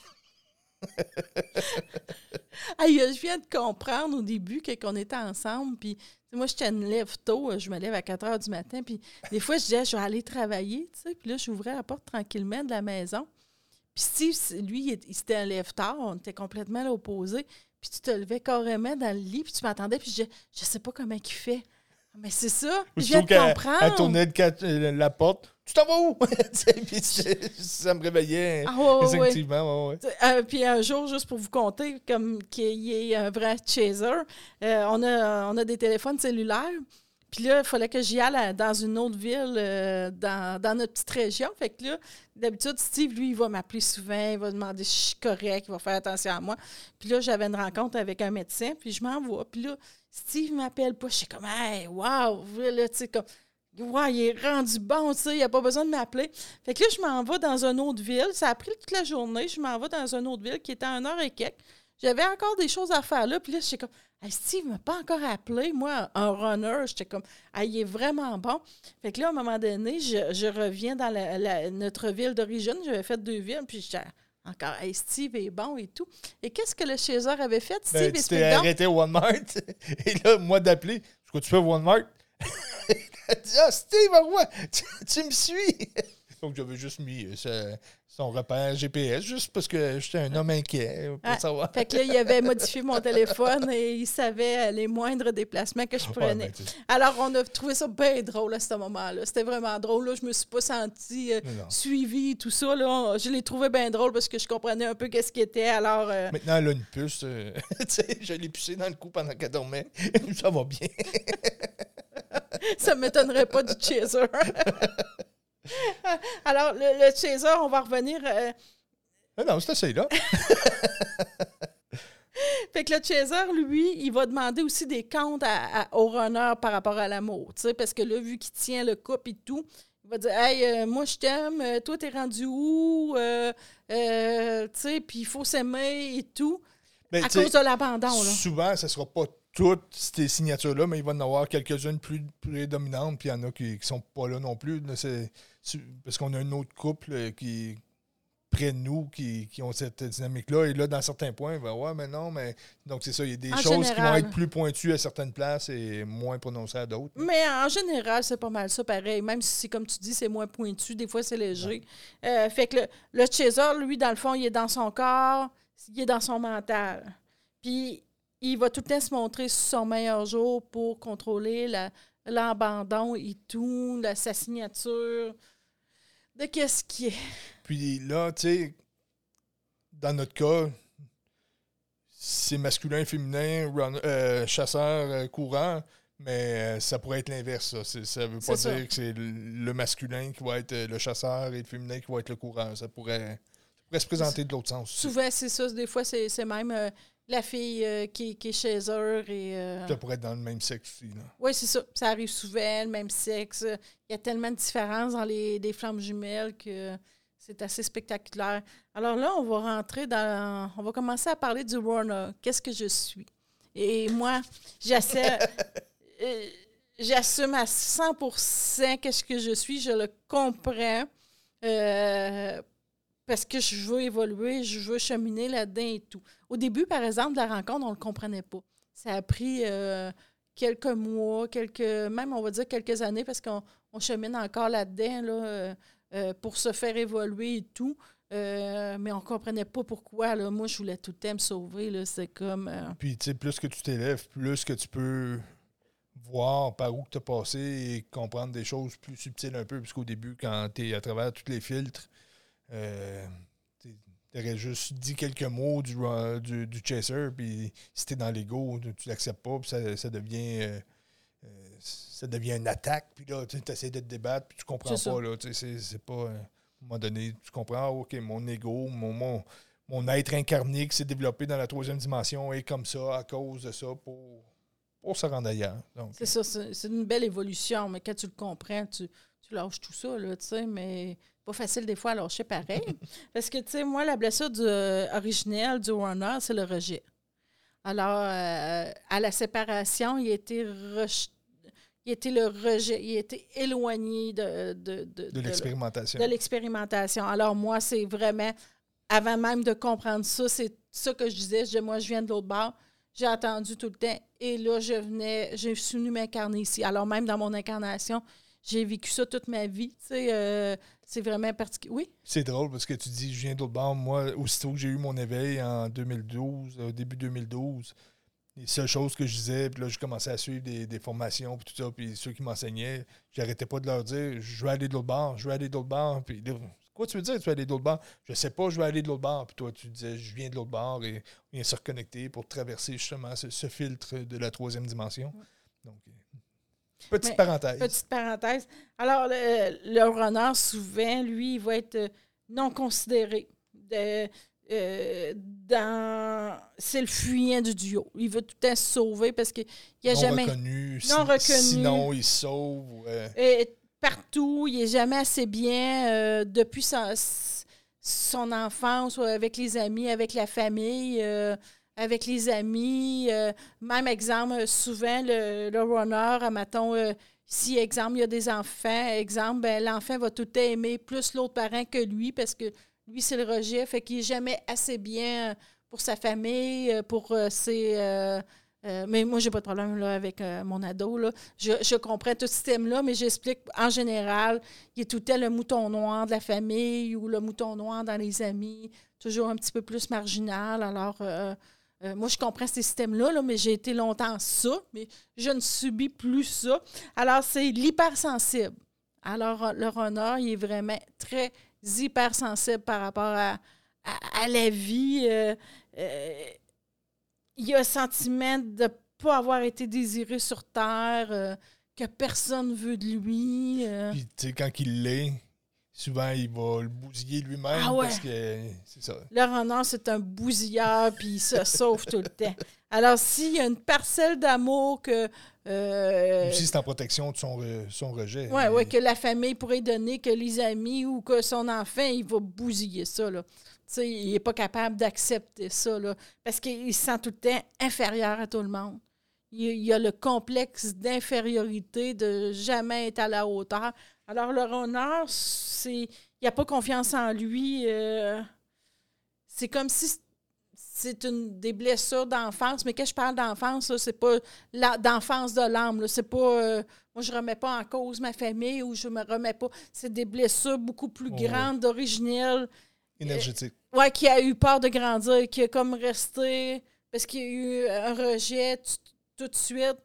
Je viens de comprendre au début qu'on était ensemble, puis moi, je me lève tôt, je me lève à 4 heures du matin, puis des fois, je disais, je vais aller travailler, tu sais, puis là, j'ouvrais la porte tranquillement de la maison. Puis Steve, lui, il s'était un lève tard, on était complètement à l'opposé. Puis tu te levais carrément dans le lit, puis tu m'attendais, puis je sais pas comment il fait. Mais c'est ça, je viens de comprendre. Elle tournait la porte. Tu t'en vas où? Puis ça me réveillait instinctivement. Puis un jour, juste pour vous conter, comme qu'il est un vrai chaser, on a des téléphones cellulaires. Puis là, il fallait que j'y aille dans une autre ville, dans notre petite région. Fait que là, d'habitude, Steve, lui, il va m'appeler souvent, il va demander si je suis correct, il va faire attention à moi. Puis là, j'avais une rencontre avec un médecin, puis je m'envoie. Puis là, Steve m'appelle pas. Je suis comme, hey, wow! Là, tu sais, comme, wow, il est rendu bon, tu sais, il n'a pas besoin de m'appeler. Fait que là, je m'en vais dans une autre ville. Ça a pris toute la journée. Je m'en vais dans une autre ville qui était à 1 heure et quelques. J'avais encore des choses à faire là. Puis là, je suis comme, hey, Steve ne m'a pas encore appelé. Moi, un runner, j'étais comme, hey, il est vraiment bon. Fait que là, à un moment donné, je reviens dans notre ville d'origine. J'avais fait 2 villes, puis j'étais encore, hey, Steve est bon et tout. Et qu'est-ce que le chaser avait fait, Steve? Tu t'es arrêté au Walmart. Et là, moi, d'appeler, je crois que tu fais au Walmart. Elle dit, Steve, tu me suis. Donc, j'avais juste mis son repère GPS, juste parce que j'étais un homme inquiet pour savoir. Fait que là, il avait modifié mon téléphone et il savait les moindres déplacements que je prenais. Ouais, alors, on a trouvé ça bien drôle à ce moment-là. C'était vraiment drôle. Là. Je me suis pas sentie suivie, tout ça. Là. Je l'ai trouvé bien drôle parce que je comprenais un peu qu'est-ce qu'il était. Alors, maintenant, elle a une puce. Je l'ai pucé dans le cou pendant qu'elle dormait. Ça va bien. Ça ne m'étonnerait pas du chaser. Alors, le chaser, on va revenir... Non, c'est assez, là. Fait que le chaser, lui, il va demander aussi des comptes au runner par rapport à l'amour, tu sais, parce que là, vu qu'il tient le couple et tout, il va dire « Hey, moi, je t'aime, toi, t'es rendu où? Tu sais, puis il faut s'aimer et tout. » À cause de l'abandon, là. Souvent, ça sera pas toutes ces signatures-là, mais il va y en avoir quelques-unes plus prédominantes, puis il y en a qui sont pas là non plus. Là, parce qu'on a un autre couple qui près de nous qui ont cette dynamique-là. Et là, dans certains points, il va ouais, mais non, mais. Donc, c'est ça. Il y a des choses qui vont être plus pointues à certaines places et moins prononcées à d'autres. Mais en général, c'est pas mal ça, pareil. Même si, comme tu dis, c'est moins pointu, des fois, c'est léger. Ouais. Fait que le chaser, lui, dans le fond, il est dans son corps, il est dans son mental. Puis, il va tout le temps se montrer sur son meilleur jour pour contrôler l'abandon et tout, sa signature, de qu'est-ce qui est. Puis là, tu sais, dans notre cas, c'est masculin, féminin, chasseur, courant. Mais ça pourrait être l'inverse, ça. Ça veut pas dire que c'est le masculin qui va être le chasseur et le féminin qui va être le coureur. Ça pourrait se présenter de l'autre sens. Souvent, c'est ça. Des fois, c'est même la fille qui est chez eux. Ça pourrait être dans le même sexe aussi. Oui, c'est ça. Ça arrive souvent, le même sexe. Il y a tellement de différences dans les flammes jumelles que c'est assez spectaculaire. Alors là, on va rentrer dans... On va commencer à parler du runner. Qu'est-ce que je suis? Et moi, j'assume à 100% qu'est-ce que je suis. Je le comprends. Parce que je veux évoluer, je veux cheminer là-dedans et tout. Au début, par exemple, de la rencontre, on ne le comprenait pas. Ça a pris quelques mois, même on va dire quelques années, parce qu'on chemine encore là-dedans là, pour se faire évoluer et tout. Mais on ne comprenait pas pourquoi. Là. Moi, je voulais tout le temps me sauver. Là. C'est comme... Puis, tu sais, plus que tu t'élèves, plus que tu peux voir par où tu as passé et comprendre des choses plus subtiles un peu. Puisqu'au début, quand tu es à travers tous les filtres, tu aurais juste dit quelques mots du chaser, puis si t'es dans l'ego, tu l'acceptes pas, puis ça devient une attaque, puis là, tu essaies de te débattre, puis tu comprends pas, là, c'est pas, à un moment donné, tu comprends, OK, mon ego, mon être incarné qui s'est développé dans la 3e dimension est comme ça, à cause de ça, pour se rendre ailleurs. Donc, c'est ça, c'est une belle évolution, mais quand tu le comprends, tu lâches tout ça, là, tu sais, mais... pas facile des fois à lâcher pareil. Parce que, tu sais, moi, la blessure originelle du runner, c'est le rejet. Alors, à la séparation, il a été le rejet, il a été éloigné de l'expérimentation. De l'expérimentation. Alors, moi, c'est vraiment, avant même de comprendre ça, c'est ça que je disais. Moi, je viens de l'autre bord. J'ai attendu tout le temps. Et là, je suis venue m'incarner ici. Alors, même dans mon incarnation, j'ai vécu ça toute ma vie. Tu sais, c'est vraiment particulier. Oui? C'est drôle parce que tu dis, je viens de l'autre bord. Moi, aussitôt que j'ai eu mon éveil en 2012, début 2012, les seules choses que je disais, puis là, je commençais à suivre des formations, puis tout ça, puis ceux qui m'enseignaient, j'arrêtais pas de leur dire, je veux aller de l'autre bord, je veux aller de l'autre bord. Puis là, quoi tu veux dire, tu veux aller de l'autre bord? Je sais pas, je veux aller de l'autre bord. Puis toi, tu disais, je viens de l'autre bord et on vient se reconnecter pour traverser justement ce filtre de la 3e dimension. Donc, petite parenthèse. Alors, le runner, souvent, lui, il va être non considéré. C'est le fuyant du duo. Il veut tout le temps se sauver parce qu'il n'y a jamais... Reconnu. Reconnu. Sinon, il se sauve. Partout, il n'est jamais assez bien depuis son enfance, ou avec les amis, avec la famille... avec les amis. Même exemple, souvent, le runner, admettons, si, exemple, il y a des enfants, exemple, ben, l'enfant va tout le temps aimer plus l'autre parent que lui parce que lui, c'est le rejet. Fait qu'il n'est jamais assez bien pour sa famille, pour ses... mais moi, j'ai pas de problème là, avec mon ado. Là. Je comprends tout ce système-là, mais j'explique, en général, il est tout le temps le mouton noir de la famille ou le mouton noir dans les amis, toujours un petit peu plus marginal. Alors... moi, je comprends ces systèmes-là, là, mais j'ai été longtemps ça, mais je ne subis plus ça. Alors, c'est l'hypersensible. Alors, le runner, il est vraiment très hypersensible par rapport à la vie. Il a un sentiment de ne pas avoir été désiré sur Terre, que personne ne veut de lui. Puis, tu sais, quand il l'est, souvent, il va le bousiller lui-même parce que c'est ça. Le runner, c'est un bousilleur, puis il se sauve tout le temps. Alors, s'il y a une parcelle d'amour que... aussi, c'est en protection de son rejet. Oui, que la famille pourrait donner, que les amis ou que son enfant, il va bousiller ça, là. Tu sais, il n'est pas capable d'accepter ça, là, parce qu'il se sent tout le temps inférieur à tout le monde. Il a le complexe d'infériorité, de jamais être à la hauteur. Alors, le runner, il n'a pas confiance en lui. C'est comme si c'est des blessures d'enfance. Mais quand je parle d'enfance, là, c'est pas d'enfance de l'âme. Là. C'est pas... moi, je ne remets pas en cause ma famille ou je me remets pas... C'est des blessures beaucoup plus grandes, originelles. Énergétiques. Oui, qui a eu peur de grandir, qui a comme resté... Parce qu'il y a eu un rejet tout de suite.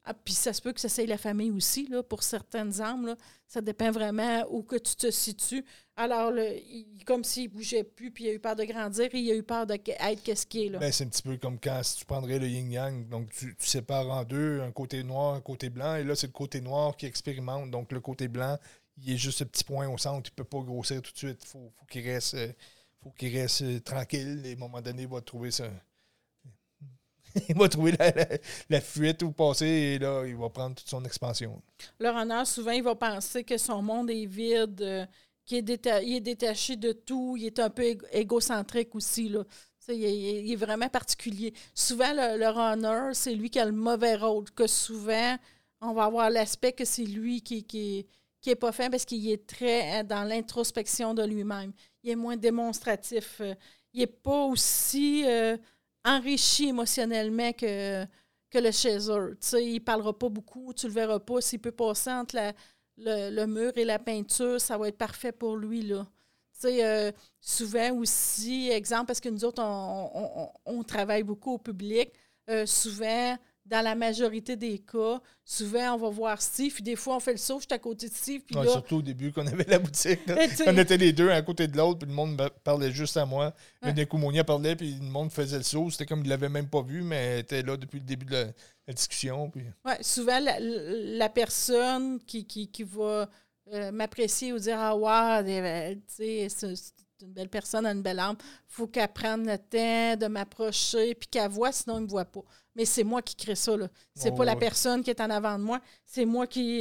Puis ça se peut que ça soit la famille aussi, là, pour certaines âmes. Là. Ça dépend vraiment où que tu te situes. Alors, comme s'il ne bougeait plus, puis il a eu peur de grandir, et il a eu peur d'être qu'est-ce qu'il est. Là. Ben, c'est un petit peu comme quand si tu prendrais le yin-yang. Donc, tu sépares en deux, un côté noir, un côté blanc. Et là, c'est le côté noir qui expérimente. Donc, le côté blanc, il est juste ce petit point au centre. Il ne peut pas grossir tout de suite. Faut qu'il reste tranquille. Et à un moment donné, il va trouver ça. Il va trouver la fuite où passer et là, il va prendre toute son expansion. Le runner, souvent, il va penser que son monde est vide, qu'il est détaché de tout. Il est un peu égocentrique aussi. Là. Il est vraiment particulier. Souvent, le runner, c'est lui qui a le mauvais rôle. Que souvent, on va avoir l'aspect que c'est lui qui est pas fin parce qu'il est très dans l'introspection de lui-même. Il est moins démonstratif. Il n'est pas aussi... enrichi émotionnellement que le chaser. Il ne parlera pas beaucoup, tu ne le verras pas. S'il peut passer entre le mur et la peinture, ça va être parfait pour lui. Là. Souvent aussi, exemple, parce que nous autres, on travaille beaucoup au public, souvent, dans la majorité des cas, souvent, on va voir Steve, puis des fois, on fait le saut, je suis à côté de Steve. Puis là, surtout au début, qu'on avait la boutique. On était les deux à côté de l'autre, puis le monde parlait juste à moi. D'un coup, Monia parlait, puis le monde faisait le saut. C'était comme il ne l'avait même pas vu, mais elle était là depuis le début de la discussion. Puis... Oui, souvent, la personne qui va m'apprécier ou dire « Ah, wow, c'est une belle personne, une belle âme. Il faut qu'elle prenne le temps de m'approcher, puis qu'elle voit, sinon il ne me voit pas. » Mais c'est moi qui crée ça. Là. C'est pas la personne qui est en avant de moi. C'est moi qui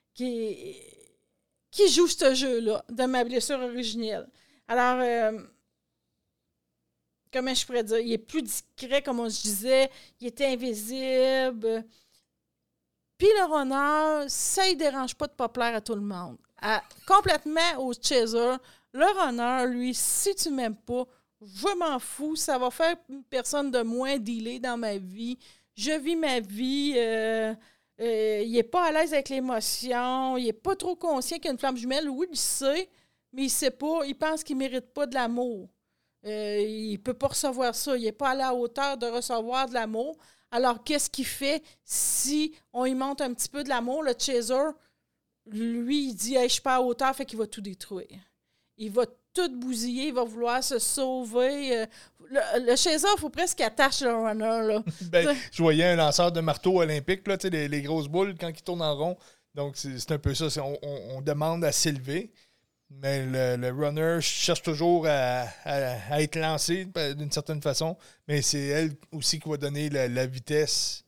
joue ce jeu-là, de ma blessure originelle. Alors, comment je pourrais dire? Il est plus discret, comme on se disait. Il était invisible. Puis le runner, ça ne dérange pas de ne pas plaire à tout le monde. Complètement au chaser, le runner, lui, si tu ne m'aimes pas, je m'en fous. Ça va faire une personne de moins dealer dans ma vie. Je vis ma vie. Il n'est pas à l'aise avec l'émotion. Il n'est pas trop conscient qu'il y a une flamme jumelle. Oui, il sait, mais il ne sait pas. Il pense qu'il ne mérite pas de l'amour. Il ne peut pas recevoir ça. Il n'est pas à la hauteur de recevoir de l'amour. Alors, qu'est-ce qu'il fait si on lui montre un petit peu de l'amour? Le chaser, lui, il dit hey, « je suis pas à hauteur », fait qu'il va tout détruire. Il va tout bousiller, il va vouloir se sauver. Le chaser, il faut presque qu'il attache le runner. Là. Je voyais un lanceur de marteau olympique, là, les grosses boules, quand il tourne en rond. Donc, c'est un peu ça. On demande à s'élever, mais le runner cherche toujours à être lancé d'une certaine façon, mais c'est elle aussi qui va donner la vitesse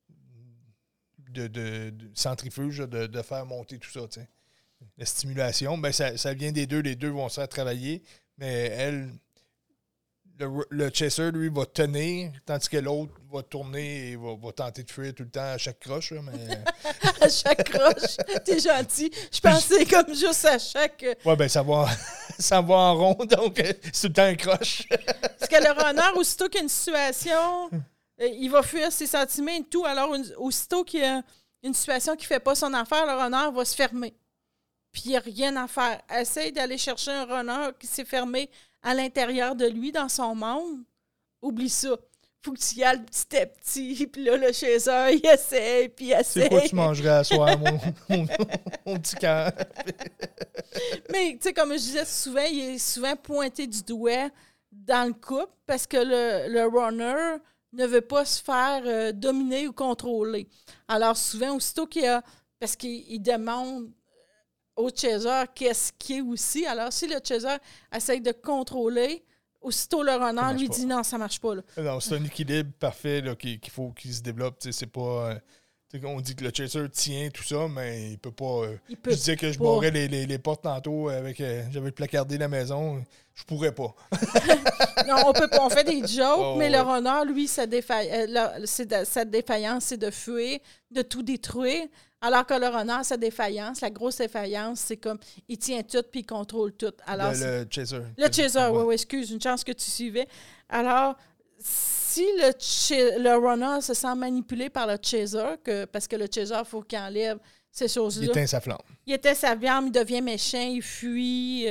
de centrifuge de faire monter tout ça. T'sais. La stimulation, ben ça vient des deux. Les deux vont se faire travailler, mais elle, le chaser, lui, va tenir, tandis que l'autre va tourner et va tenter de fuir tout le temps à chaque croche. Là, mais... à chaque croche? T'es gentil. Je pensais comme juste à chaque... Oui, ben ça va en rond, donc c'est tout le temps un croche. Parce que le runner, aussitôt qu'il y a une situation, il va fuir ses sentiments et tout. Alors, aussitôt qu'il y a une situation qui ne fait pas son affaire, le runner va se fermer. Puis il n'y a rien à faire. Essaye d'aller chercher un runner qui s'est fermé à l'intérieur de lui, dans son monde. Oublie ça. Faut que tu y ailles petit à petit. Puis là, le chaser, il essaie, puis il essaie. C'est quoi tu mangerais à soir, mon petit cœur? Mais, tu sais, comme je disais souvent, il est souvent pointé du doigt dans le couple parce que le runner ne veut pas se faire dominer ou contrôler. Alors, souvent, aussitôt qu'il y a... Parce qu'il demande au chaser qu'est-ce qu'il est aussi. Alors, si le chaser essaye de contrôler, aussitôt le runner lui dit non, ça marche pas. Là. Non, c'est un équilibre parfait là, qu'il faut qu'il se développe. C'est pas. On dit que le chaser tient tout ça, mais il peut pas. Je disais que je barrais les portes tantôt avec. J'avais placardé la maison. Je pourrais pas. Non, on peut pas. On fait des jokes, mais le runner, lui, sa défaillance, c'est de fuir, de tout détruire. Alors que le runner, sa défaillance, la grosse défaillance, c'est comme il tient tout puis il contrôle tout. Alors, le chaser. Le chaser, oui, excuse, une chance que tu suivais. Alors, si le runner se sent manipulé par le chaser, parce que le chaser, il faut qu'il enlève ces choses-là. Il éteint sa flamme. Il éteint sa flamme, il devient méchant, il fuit.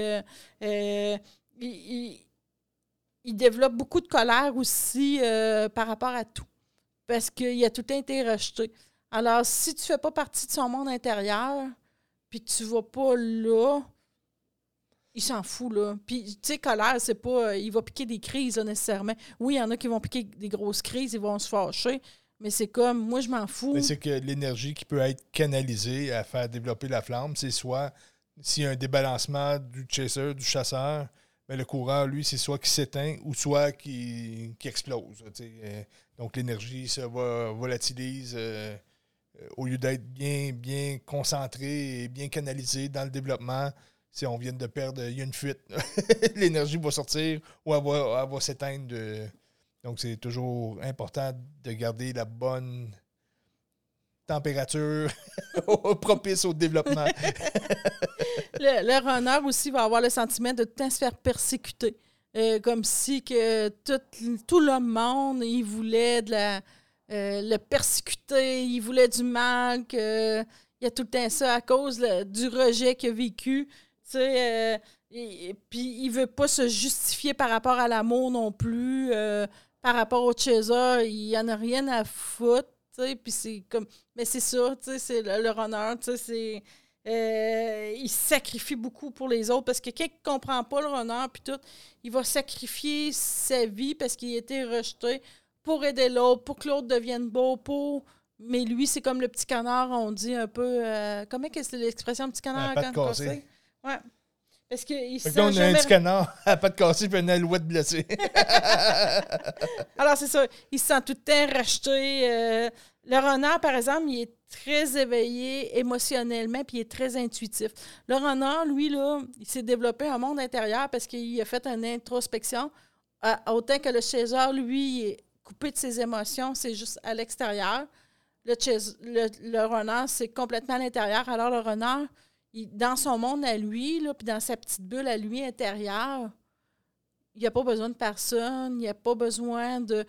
Il développe beaucoup de colère aussi par rapport à tout. Parce qu'il a tout été rejeté. Alors, si tu ne fais pas partie de son monde intérieur, puis que tu ne vas pas là, il s'en fout, là. Puis, tu sais, colère, c'est pas... il va piquer des crises, là, nécessairement. Oui, il y en a qui vont piquer des grosses crises, ils vont se fâcher, mais c'est comme, moi, je m'en fous. Mais c'est que l'énergie qui peut être canalisée à faire développer la flamme, c'est soit, s'il y a un débalancement du chaser, du chasseur, mais le coureur, lui, c'est soit qui s'éteint ou soit qui explose. Donc, l'énergie se volatilise au lieu d'être bien concentrée et bien canalisée dans le développement. Si on vient de perdre, il y a une fuite. L'énergie va sortir ou elle va s'éteindre. Donc, c'est toujours important de garder la bonne température propice au développement. Le runner aussi va avoir le sentiment de tout le temps se faire persécuter. Comme si que tout le monde, il voulait le persécuter, il voulait du mal, qu'il y a tout le temps ça à cause du rejet qu'il a vécu. Puis il veut pas se justifier par rapport à l'amour non plus. Par rapport au chaser, il n'y en a rien à foutre. Puis c'est comme. Mais c'est ça, c'est le runner, c'est. Il sacrifie beaucoup pour les autres parce que quelqu'un qui ne comprend pas le runner, puis tout, il va sacrifier sa vie parce qu'il a été rejeté pour aider l'autre, pour que l'autre devienne beau, mais lui, c'est comme le petit canard, on dit un peu. Comment est-ce que c'est l'expression petit canard quand cassé? Ouais. Parce qu'il fait que là, on a un petit canard à patte cassée puis une alouette blessée. Alors, c'est ça. Il se sent tout le temps racheté. Le renard, par exemple, il est très éveillé émotionnellement puis il est très intuitif. Le renard, lui, là, il s'est développé un monde intérieur parce qu'il a fait une introspection. Autant que le chaser, lui, il est coupé de ses émotions, c'est juste à l'extérieur. Le renard, c'est complètement à l'intérieur. Alors, le renard, dans son monde à lui, puis dans sa petite bulle à lui intérieure, il n'y a pas besoin de personne, il n'y a pas besoin de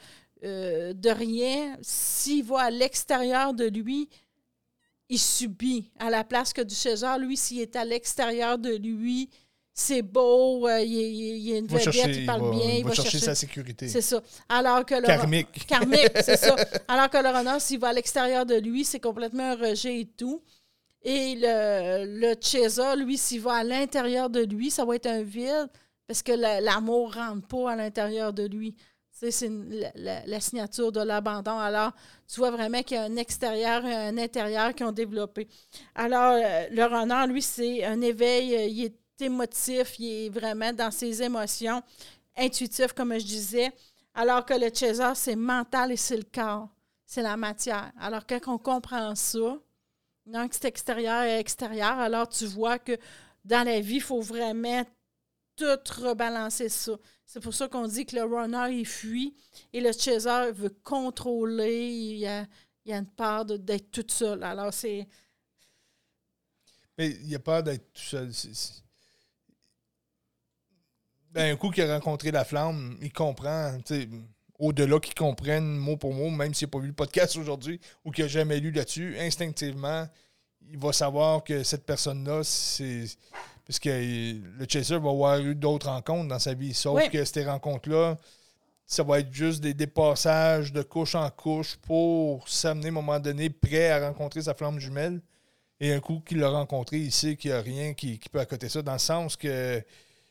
rien. S'il va à l'extérieur de lui, il subit. À la place que du chaser, lui, s'il est à l'extérieur de lui, c'est beau, il y a une vedette, il parle bien. Il va chercher sa sécurité. C'est ça. Alors que Karmique. Karmique, c'est ça. Alors que le renard, s'il va à l'extérieur de lui, c'est complètement un rejet et tout. Et le chaser, lui, s'il va à l'intérieur de lui, ça va être un vide parce que l'amour ne rentre pas à l'intérieur de lui. C'est la signature de l'abandon. Alors, tu vois vraiment qu'il y a un extérieur et un intérieur qui ont développé. Alors, le runner, lui, c'est un éveil, il est émotif, il est vraiment dans ses émotions, intuitif, comme je disais. Alors que le chaser, c'est mental et c'est le corps, c'est la matière. Alors, quand on comprend ça, donc, c'est extérieur et extérieur. Alors, tu vois que dans la vie, il faut vraiment tout rebalancer ça. C'est pour ça qu'on dit que le runner, il fuit et le chaser veut contrôler. Il y a une part d'être tout seul. Alors, c'est... Mais il y a peur d'être tout seul. Un coup qu'il a rencontré la flamme, il comprend, au-delà qu'il comprenne mot pour mot, même s'il n'a pas vu le podcast aujourd'hui ou qu'il n'a jamais lu là-dessus, instinctivement, il va savoir que cette personne-là, c'est... Parce que le chaser va avoir eu d'autres rencontres dans sa vie, sauf que ces rencontres-là, ça va être juste des passages de couche en couche pour s'amener à un moment donné prêt à rencontrer sa flamme jumelle. Et un coup qu'il l'a rencontré, il sait qu'il n'y a rien qui peut accoter ça, dans le sens que...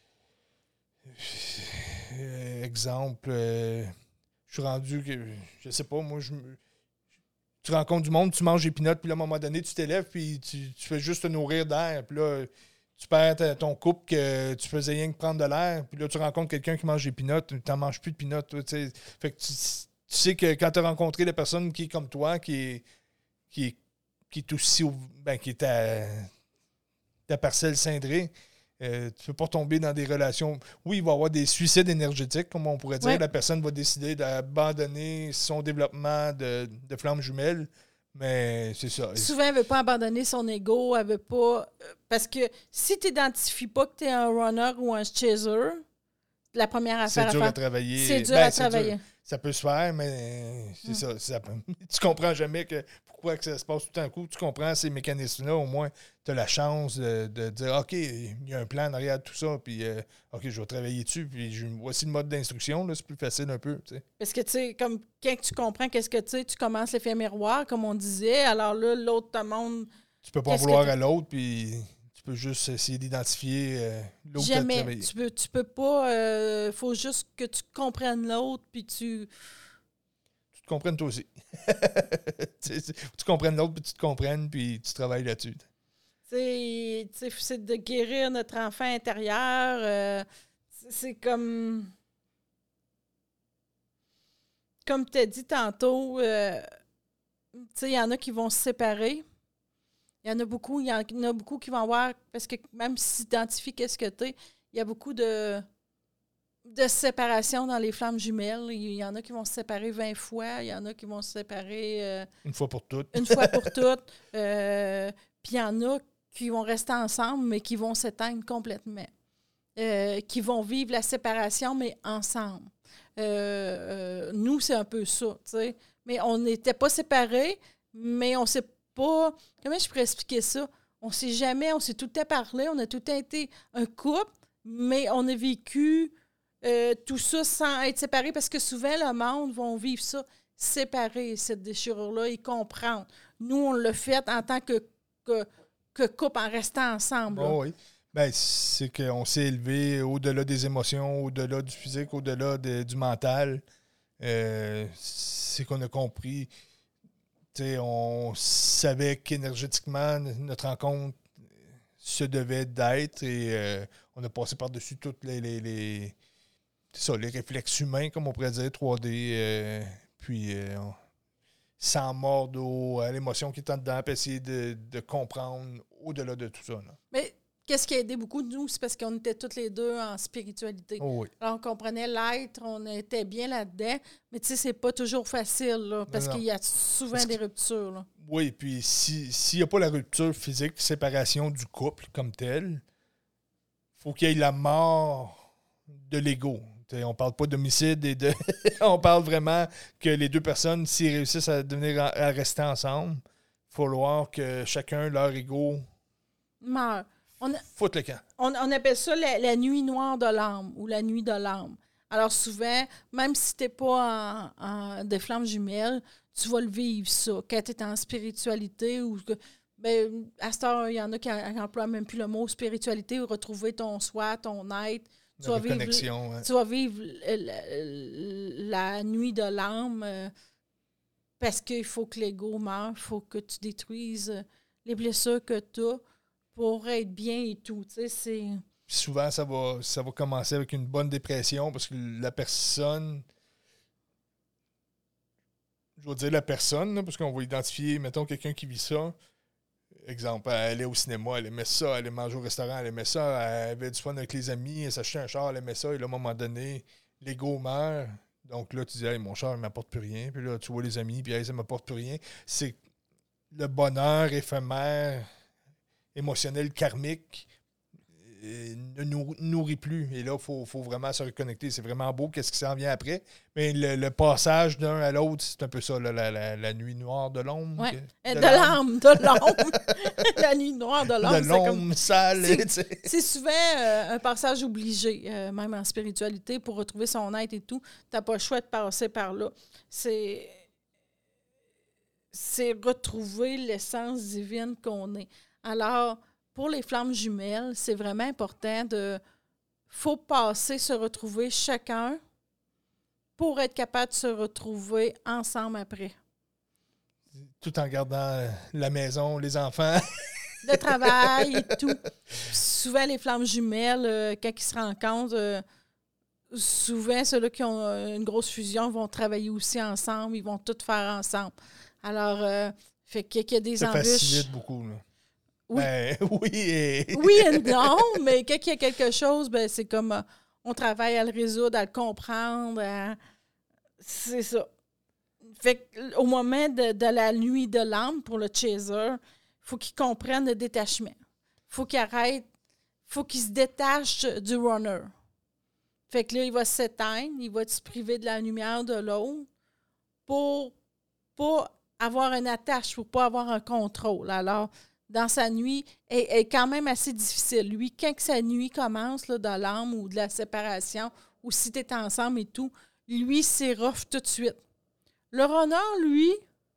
exemple... je suis rendu que, je sais pas, moi, tu rencontres du monde, tu manges des peanuts, puis là, à un moment donné, tu t'élèves, puis tu fais juste te nourrir d'air, puis là, tu perds ton couple que tu faisais rien que prendre de l'air, puis là, tu rencontres quelqu'un qui mange des peanuts, tu n'en manges plus de peanuts, tu sais. Fait que tu sais que quand tu as rencontré la personne qui est comme toi, qui est aussi, qui est ta parcelle cindrée, tu ne peux pas tomber dans des relations... Oui, il va y avoir des suicides énergétiques, comme on pourrait dire. Ouais. La personne va décider d'abandonner son développement de flamme jumelle, mais c'est ça. Souvent, elle ne veut pas abandonner son ego, elle veut pas... Parce que si tu n'identifies pas que tu es un runner ou un chaser, la première affaire à C'est dur faire. à travailler. C'est dur à travailler. Ça peut se faire, mais c'est ça. Tu comprends jamais pourquoi que ça se passe tout un coup. Tu comprends ces mécanismes-là, au moins, tu as la chance de dire OK, il y a un plan en arrière de tout ça, puis OK, je vais travailler dessus, puis voici le mode d'instruction, là, c'est plus facile un peu. T'sais. Parce que, tu sais, comme quand tu comprends qu'est-ce que tu sais, tu commences l'effet miroir, comme on disait, alors là, l'autre te montre. Tu peux pas en vouloir à l'autre, puis tu peux juste essayer d'identifier l'autre qui a travaillé. Tu peux pas. Faut juste que tu comprennes l'autre, puis tu te comprennes toi aussi. Tu comprennes l'autre, puis tu te comprennes, puis tu travailles là-dessus. C'est de guérir notre enfant intérieur. C'est comme... Comme tu as dit tantôt, il y en a qui vont se séparer. Il y en a beaucoup qui vont avoir... Parce que même s'ils s'identifient qu'est-ce que tu es, il y a beaucoup de séparation dans les flammes jumelles. Il y en a qui vont se séparer 20 fois. Il y en a qui vont se séparer... une fois pour toutes. Une fois pour toutes. Puis il y en a qui vont rester ensemble, mais qui vont s'éteindre complètement. Qui vont vivre la séparation, mais ensemble. Nous, c'est un peu ça, tu sais. Mais on n'était pas séparés, mais on ne sait pas... Comment je pourrais expliquer ça? On s'est tout le temps parlé, on a tout le temps été un couple, mais on a vécu tout ça sans être séparés, parce que souvent, le monde va vivre ça séparé, cette déchirure-là, et comprendre. Nous, on l'a fait en tant que couple, en restant ensemble. Oh oui. Ben, c'est qu'on s'est élevé au-delà des émotions, au-delà du physique, au-delà du mental. C'est qu'on a compris. T'sais, on savait qu'énergétiquement, notre rencontre se devait d'être, et on a passé par-dessus toutes les réflexes humains, comme on pourrait dire, 3D. Puis, sans mordre à l'émotion qui est en dedans, puis essayer de comprendre au-delà de tout ça. Là. Mais qu'est-ce qui a aidé beaucoup de nous? C'est parce qu'on était tous les deux en spiritualité. Oh oui. Alors, on comprenait l'être, on était bien là-dedans, mais tu sais, c'est pas toujours facile, là, parce qu'il y a souvent des ruptures. Là. Oui, puis s'il n'y a pas la rupture physique, séparation du couple comme tel, faut qu'il y ait la mort de l'ego. On parle pas d'homicide on parle vraiment que les deux personnes, s'ils réussissent à rester ensemble, il faut falloir que chacun, leur ego, meurt. Foute le camp. On appelle ça la nuit noire de l'âme ou la nuit de l'âme. Alors souvent, même si tu n'es pas en des flammes jumelles, tu vas le vivre ça. Quand tu es en spiritualité ou que, à cette heure, il y en a qui n'emploient même plus le mot spiritualité ou retrouver ton soi, ton être. Tu vas vivre la nuit de l'âme parce qu'il faut que l'ego meure, il faut que tu détruises les blessures que tu as pour être bien et tout. Tu sais, souvent, ça va commencer avec une bonne dépression parce que la personne... Je vais dire la personne, là, parce qu'on va identifier, mettons, quelqu'un qui vit ça. Exemple, elle est au cinéma, elle aimait ça, elle est manger au restaurant, elle aimait ça, elle avait du fun avec les amis, elle s'achetait un char, elle aimait ça, et là, à un moment donné, l'ego meurt. Donc là, tu dis, hey, mon char, il ne m'apporte plus rien. Puis là, tu vois les amis, puis hey, ça ne m'apporte plus rien. C'est le bonheur éphémère, émotionnel, karmique, ne nourrit plus. Et là, il faut vraiment se reconnecter. C'est vraiment beau, qu'est-ce qui s'en vient après. Mais le passage d'un à l'autre, c'est un peu ça, là, la nuit noire de l'ombre. Oui, de l'ombre. La nuit noire de l'ombre. De l'ombre sale. C'est souvent un passage obligé, même en spiritualité, pour retrouver son être et tout. Tu n'as pas le choix de passer par là. C'est retrouver l'essence divine qu'on est. Alors, pour les flammes jumelles, c'est vraiment important faut passer, se retrouver chacun pour être capable de se retrouver ensemble après. Tout en gardant la maison, les enfants. Le travail et tout. Souvent, les flammes jumelles, quand ils se rencontrent, souvent, ceux-là qui ont une grosse fusion vont travailler aussi ensemble, ils vont tout faire ensemble. Alors, fait qu'il y a des embûches. Ça facilite beaucoup, là. Oui. Oui et non, mais quand il y a quelque chose, c'est comme on travaille à le résoudre, à le comprendre. C'est ça. Fait qu'au moment de la nuit de l'âme pour le chaser, il faut qu'il comprenne le détachement. Il faut qu'il arrête, il faut qu'il se détache du runner. Fait que là, il va s'éteindre, il va se priver de la lumière de l'autre pour pas avoir une attache, pour pas avoir un contrôle. Alors, dans sa nuit, elle est quand même assez difficile. Lui, quand que sa nuit commence, là, de l'âme ou de la séparation, ou si tu es ensemble et tout, lui, c'est rough tout de suite. Le runner, lui,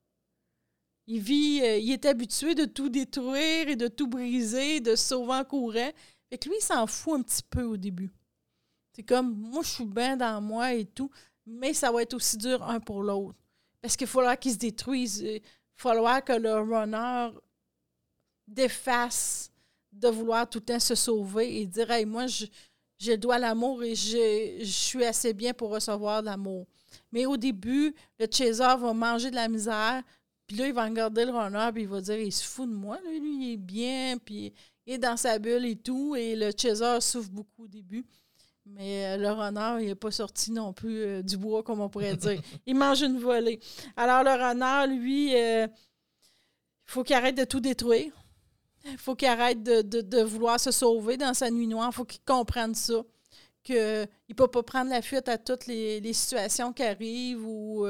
il est habitué de tout détruire et de tout briser, de se sauver en courant. Fait que lui, il s'en fout un petit peu au début. C'est comme, moi, je suis bien dans moi et tout, mais ça va être aussi dur un pour l'autre. Parce qu'il va falloir qu'il se détruise. Il va falloir que le runner défasse de vouloir tout le temps se sauver et dire, hey, moi, j'ai le droit à l'amour et je suis assez bien pour recevoir de l'amour. Mais au début, le chaser va manger de la misère, puis là, il va regarder le runner, puis il va dire, il se fout de moi, là, lui, il est bien, puis il est dans sa bulle et tout, et le chaser souffre beaucoup au début. Mais le runner, il n'est pas sorti non plus du bois, comme on pourrait dire. Il mange une volée. Alors, le runner, lui, il faut qu'il arrête de tout détruire. Il faut qu'il arrête de vouloir se sauver dans sa nuit noire. Il faut qu'il comprenne ça. Qu'il ne peut pas prendre la fuite à toutes les situations qui arrivent ou...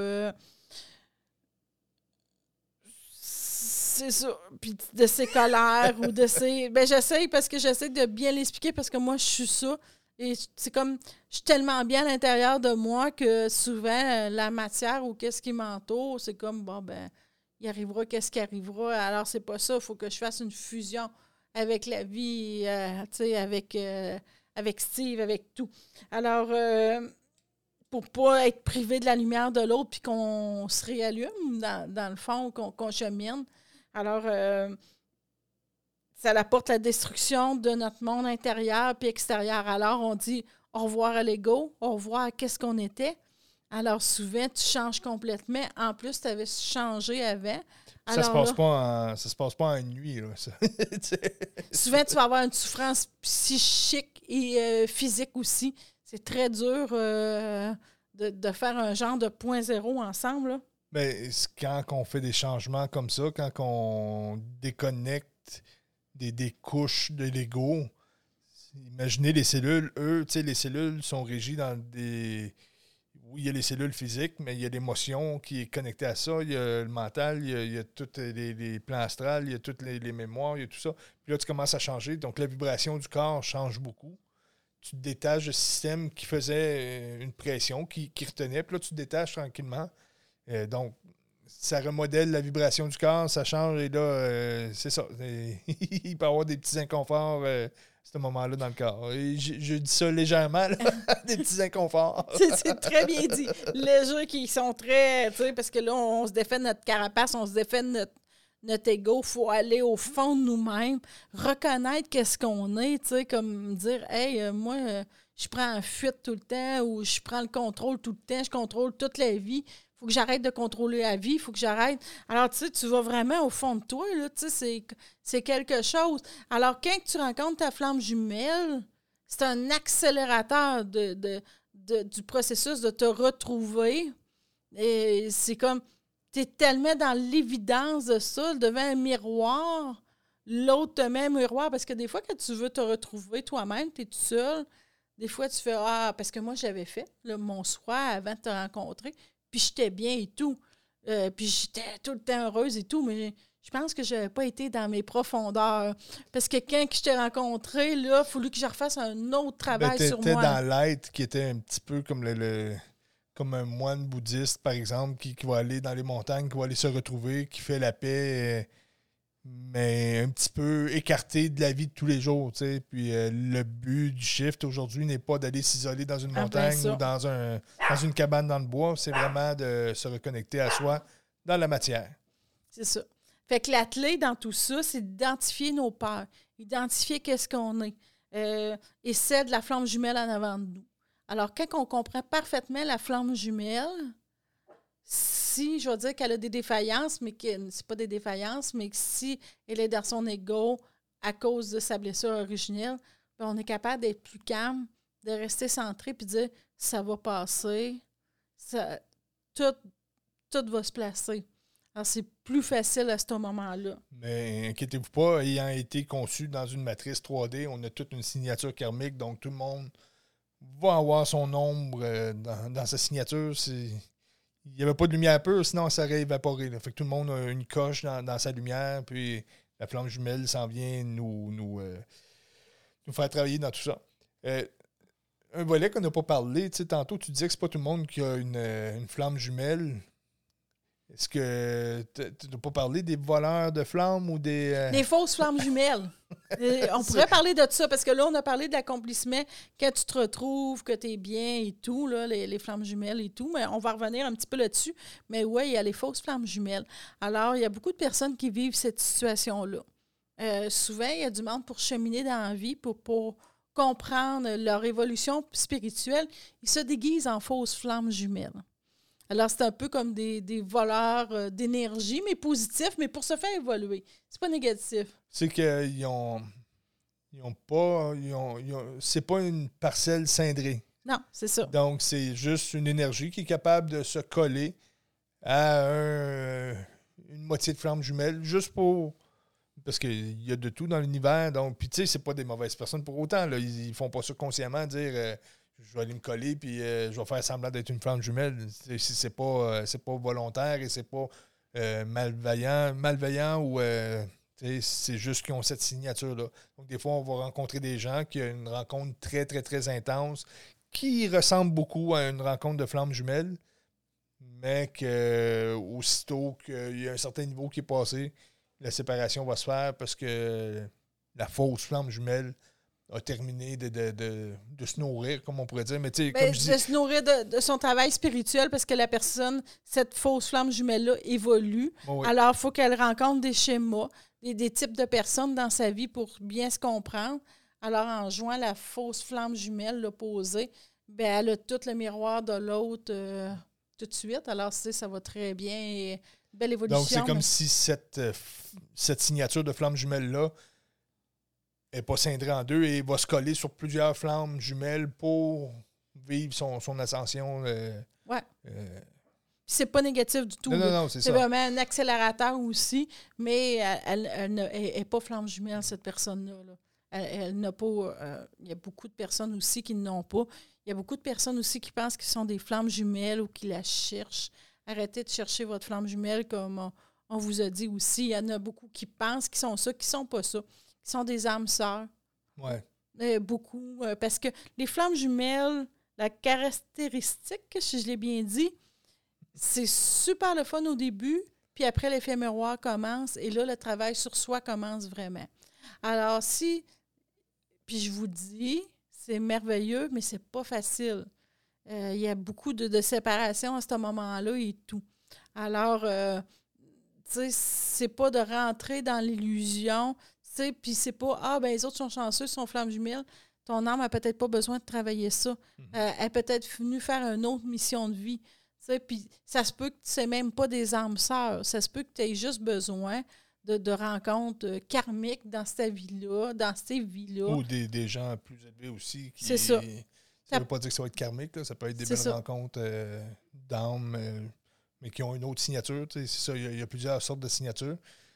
c'est ça. Puis de ses colères ou de ses... Ben, j'essaie parce que j'essaie de bien l'expliquer parce que moi, je suis ça. Et c'est comme, je suis tellement bien à l'intérieur de moi que souvent, la matière ou qu'est-ce qui m'entoure, c'est comme, bon, ben, il arrivera qu'est-ce qui arrivera. Alors, c'est pas ça. Il faut que je fasse une fusion avec la vie, tu sais, avec Steve, avec tout. Alors, pour pas être privé de la lumière de l'autre puis qu'on se réallume, dans le fond, qu'on chemine. Alors, ça apporte la destruction de notre monde intérieur puis extérieur. Alors, on dit au revoir à l'ego, au revoir à qu'est-ce qu'on était. Alors, souvent, tu changes complètement. En plus, tu avais changé avant. Alors, ça se passe pas en une nuit, là, ça. Souvent, tu vas avoir une souffrance psychique et physique aussi. C'est très dur de faire un genre de point zéro ensemble, là. Bien, quand on fait des changements comme ça, quand on déconnecte des couches de l'ego. Imaginez les cellules, eux, tu sais, les cellules sont régies dans des... Oui, il y a les cellules physiques, mais il y a l'émotion qui est connectée à ça, il y a le mental, il y a tous les plans astrales, il y a toutes les mémoires, il y a tout ça. Puis là, tu commences à changer, donc la vibration du corps change beaucoup. Tu te détaches du système qui faisait une pression, qui retenait, puis là, tu te détaches tranquillement. Donc, ça remodèle la vibration du corps, ça change, et là, c'est ça. Il peut y avoir des petits inconforts à ce moment-là dans le corps. Et je dis ça légèrement, là, des petits inconforts. C'est très bien dit. Les jeux qui sont très... Tu sais, parce que là, on se défait de notre carapace, on se défait de notre ego. Il faut aller au fond de nous-mêmes, reconnaître qu'est-ce qu'on est, tu sais, comme dire, hey, moi, je prends en fuite tout le temps ou je prends le contrôle tout le temps, je contrôle toute la vie. Il faut que j'arrête de contrôler la vie, il faut que j'arrête. Alors, tu sais, tu vas vraiment au fond de toi, là, tu sais, c'est quelque chose. Alors, quand tu rencontres ta flamme jumelle, c'est un accélérateur du processus de te retrouver. Et c'est comme, tu es tellement dans l'évidence de ça, devant un miroir, l'autre te met un miroir, parce que des fois, quand tu veux te retrouver toi-même, tu es tout seul, des fois, tu fais, ah, parce que moi, j'avais fait là, mon soir avant de te rencontrer, puis j'étais bien et tout. Puis j'étais tout le temps heureuse et tout, mais je pense que je n'avais pas été dans mes profondeurs. Parce que quand je t'ai rencontré, là, il a fallu que je refasse un autre travail sur moi. Tu étais dans l'être qui était un petit peu comme comme un moine bouddhiste, par exemple, qui va aller dans les montagnes, qui va aller se retrouver, qui fait la paix, mais un petit peu écarté de la vie de tous les jours. T'sais. Puis le but du shift aujourd'hui n'est pas d'aller s'isoler dans une montagne ou dans une cabane dans le bois. C'est vraiment de se reconnecter à soi dans la matière. C'est ça. Fait que la clé dans tout ça, c'est d'identifier nos peurs, identifier qu'est-ce qu'on est. Et c'est de la flamme jumelle en avant de nous. Alors, quand on comprend parfaitement la flamme jumelle, si, je vais dire qu'elle a des défaillances, mais que c'est pas des défaillances, mais que si elle est dans son ego à cause de sa blessure originelle, bien, on est capable d'être plus calme, de rester centré puis de dire ça va passer, tout va se placer. Alors, c'est plus facile à ce moment-là. Mais inquiétez-vous pas, ayant été conçu dans une matrice 3D, on a toute une signature karmique, donc tout le monde va avoir son ombre dans sa signature. Il n'y avait pas de lumière pure, sinon ça aurait évaporé. Là. Fait que tout le monde a une coche dans sa lumière, puis la flamme jumelle s'en vient nous faire travailler dans tout ça. Un volet qu'on n'a pas parlé, tu sais, tantôt tu disais que c'est pas tout le monde qui a une flamme jumelle. Est-ce que tu n'as pas parlé des voleurs de flammes ou des... Les fausses flammes jumelles. On pourrait parler de ça, parce que là, on a parlé de l'accomplissement, quand tu te retrouves, que tu es bien et tout, là, les flammes jumelles et tout, mais on va revenir un petit peu là-dessus. Mais oui, il y a les fausses flammes jumelles. Alors, il y a beaucoup de personnes qui vivent cette situation-là. Souvent, il y a du monde pour cheminer dans la vie, pour comprendre leur évolution spirituelle. Ils se déguisent en fausses flammes jumelles. Alors, c'est un peu comme des voleurs d'énergie, mais positifs, mais pour se faire évoluer. C'est pas négatif. C'est qu'ils ont pas... c'est pas une parcelle cindrée. Non, c'est ça. Donc, c'est juste une énergie qui est capable de se coller à une moitié de flamme jumelle, juste pour... Parce qu'il y a de tout dans l'univers. Donc, puis tu sais, c'est pas des mauvaises personnes pour autant. Là. Ils font pas ça consciemment, dire... je vais aller me coller puis je vais faire semblant d'être une flamme jumelle. C'est pas volontaire et c'est pas malveillant ou c'est juste qu'ils ont cette signature-là. Donc, des fois, on va rencontrer des gens qui ont une rencontre très, très, très intense qui ressemble beaucoup à une rencontre de flamme jumelle, mais qu'aussitôt qu'il y a un certain niveau qui est passé, la séparation va se faire parce que la fausse flamme jumelle a terminé de se nourrir, comme on pourrait dire. Mais comme je dis, de se nourrir de son travail spirituel parce que la personne, cette fausse flamme jumelle-là, évolue. oui. Alors, il faut qu'elle rencontre des schémas, des types de personnes dans sa vie pour bien se comprendre. Alors, en jouant la fausse flamme jumelle, l'opposée, bien, elle a tout le miroir de l'autre tout de suite. Alors, ça va très bien. Et belle évolution. Donc, c'est comme si cette signature de flamme jumelle-là n'est pas scindrée en deux et va se coller sur plusieurs flammes jumelles pour vivre son ascension. C'est pas négatif du tout. Non, c'est ça. Vraiment un accélérateur aussi, mais elle n'est pas flamme jumelle, cette personne-là. Là. Elle n'a pas... il y a beaucoup de personnes aussi qui ne l'ont pas. Il y a beaucoup de personnes aussi qui pensent qu'ils sont des flammes jumelles ou qui la cherchent. Arrêtez de chercher votre flamme jumelle comme on vous a dit aussi. Il y en a beaucoup qui pensent qu'ils sont ça, qui ne sont pas ça. Qui sont des âmes sœurs. Oui. Beaucoup. Parce que les flammes jumelles, la caractéristique, si je l'ai bien dit, c'est super le fun au début, puis après, l'effet miroir commence, et là, le travail sur soi commence vraiment. Alors, puis je vous dis, c'est merveilleux, mais c'est pas facile. Il y a beaucoup de séparation à ce moment-là et tout. Alors, tu sais, c'est pas de rentrer dans l'illusion, tu sais, puis c'est pas, les autres sont chanceux, sont flammes jumelles. Ton âme n'a peut-être pas besoin de travailler ça. Elle est peut-être venue faire une autre mission de vie. Puis ça se peut que tu n'aies même pas des âmes sœurs. Ça se peut que tu aies juste besoin de rencontres karmiques dans cette vie-là, dans ces vies-là. Ou des gens plus élevés aussi. C'est ça. Ça ne veut pas dire que ça va être karmique. Là. Ça peut être des belles rencontres d'âmes, mais qui ont une autre signature. C'est ça, il y a plusieurs sortes de signatures.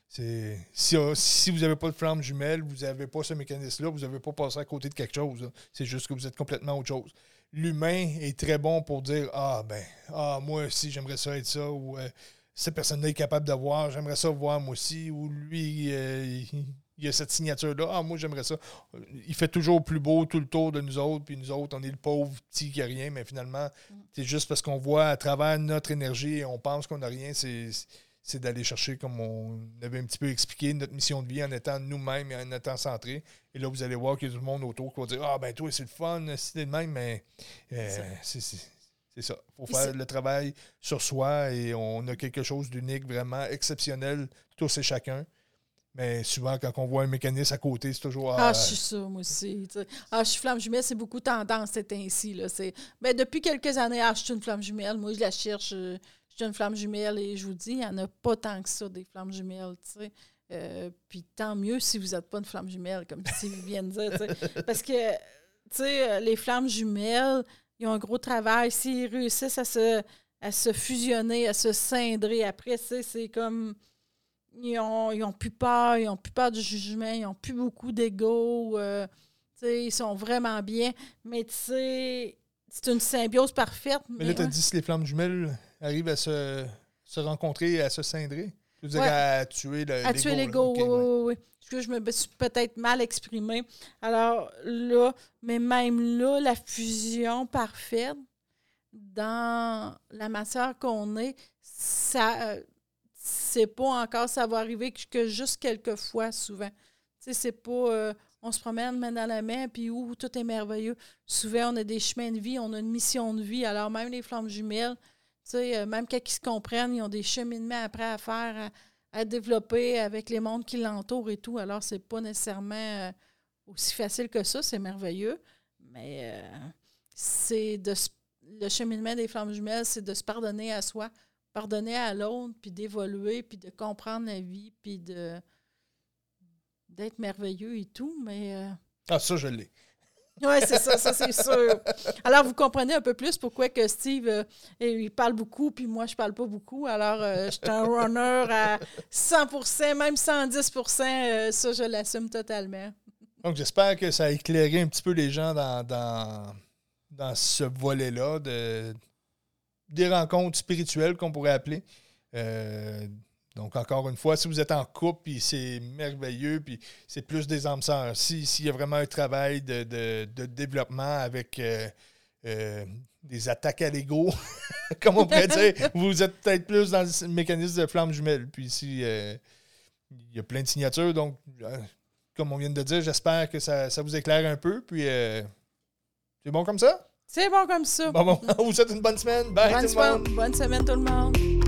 Si vous n'avez pas de flamme jumelle, vous n'avez pas ce mécanisme-là, vous n'avez pas passé à côté de quelque chose. Là. C'est juste que vous êtes complètement autre chose. L'humain est très bon pour dire moi aussi, j'aimerais ça être ça, ou cette personne-là est capable de voir, j'aimerais ça voir moi aussi, ou lui, il a cette signature-là, moi j'aimerais ça. Il fait toujours plus beau tout le tour de nous autres, puis nous autres, on est le pauvre petit qui a rien, mais finalement, c'est juste parce qu'on voit à travers notre énergie et on pense qu'on n'a rien, c'est d'aller chercher, comme on avait un petit peu expliqué, notre mission de vie en étant nous-mêmes et en étant centrés. Et là, vous allez voir qu'il y a tout le monde autour qui va dire toi, c'est le fun, c'est le même, mais c'est ça. Il faut faire le travail sur soi et on a quelque chose d'unique, vraiment exceptionnel, tous et chacun. Mais souvent, quand on voit un mécanisme à côté, c'est toujours... je suis ça, moi aussi. Je suis flamme jumelle, c'est beaucoup tendance, c'est ainsi. Là. Depuis quelques années, je suis une flamme jumelle. Moi, je la cherche... J'ai une flamme jumelle et je vous dis, il n'y en a pas tant que ça, des flammes jumelles, tu sais. Puis tant mieux si vous n'êtes pas une flamme jumelle, comme Sylvie vient de dire, tu sais. Parce que, tu sais, les flammes jumelles, ils ont un gros travail. S'ils réussissent à se fusionner, à se cindrer après, tu sais, c'est comme... Ils ont plus peur du jugement, ils n'ont plus beaucoup d'ego. Ils sont vraiment bien. Mais tu sais, c'est une symbiose parfaite. Mais là, tu as dit si les flammes jumelles arrivent à se rencontrer et à se cindrer. Tu veux dire à tuer l'ego. À tuer l'ego, oui. Je me suis peut-être mal exprimée. Alors là, mais même là, la fusion parfaite dans la matière qu'on est, ça, c'est pas encore, ça va arriver que juste quelques fois, souvent. Tu sais, c'est pas, on se promène main dans la main, puis tout est merveilleux. Souvent, on a des chemins de vie, on a une mission de vie. Alors, même les flammes jumelles, tu sais, même quand ils se comprennent, ils ont des cheminements après à faire, à développer avec les mondes qui l'entourent et tout. Alors, c'est pas nécessairement aussi facile que ça, c'est merveilleux. Mais le cheminement des flammes jumelles, c'est de se pardonner à soi, pardonner à l'autre, puis d'évoluer, puis de comprendre la vie, puis d'être merveilleux et tout, mais... Ah, ça, je l'ai. Oui, c'est ça c'est sûr. Alors, vous comprenez un peu plus pourquoi que Steve, il parle beaucoup, puis moi, je parle pas beaucoup. Alors, je suis un runner à 100%, même 110%, ça, je l'assume totalement. Donc, j'espère que ça a éclairé un petit peu les gens dans ce volet-là des rencontres spirituelles qu'on pourrait appeler. Donc, encore une fois, si vous êtes en couple, puis c'est merveilleux, puis c'est plus des âmes sœurs. S'il y a vraiment un travail de développement avec des attaques à l'ego, comme on pourrait dire, vous êtes peut-être plus dans le mécanisme de flamme jumelle. Puis ici, il y a plein de signatures. Donc, comme on vient de dire, j'espère que ça vous éclaire un peu. Puis, c'est bon comme ça? C'est bon comme ça. Bon, on vous souhaite une bonne semaine. Bye tout le monde. Bonne semaine tout le monde.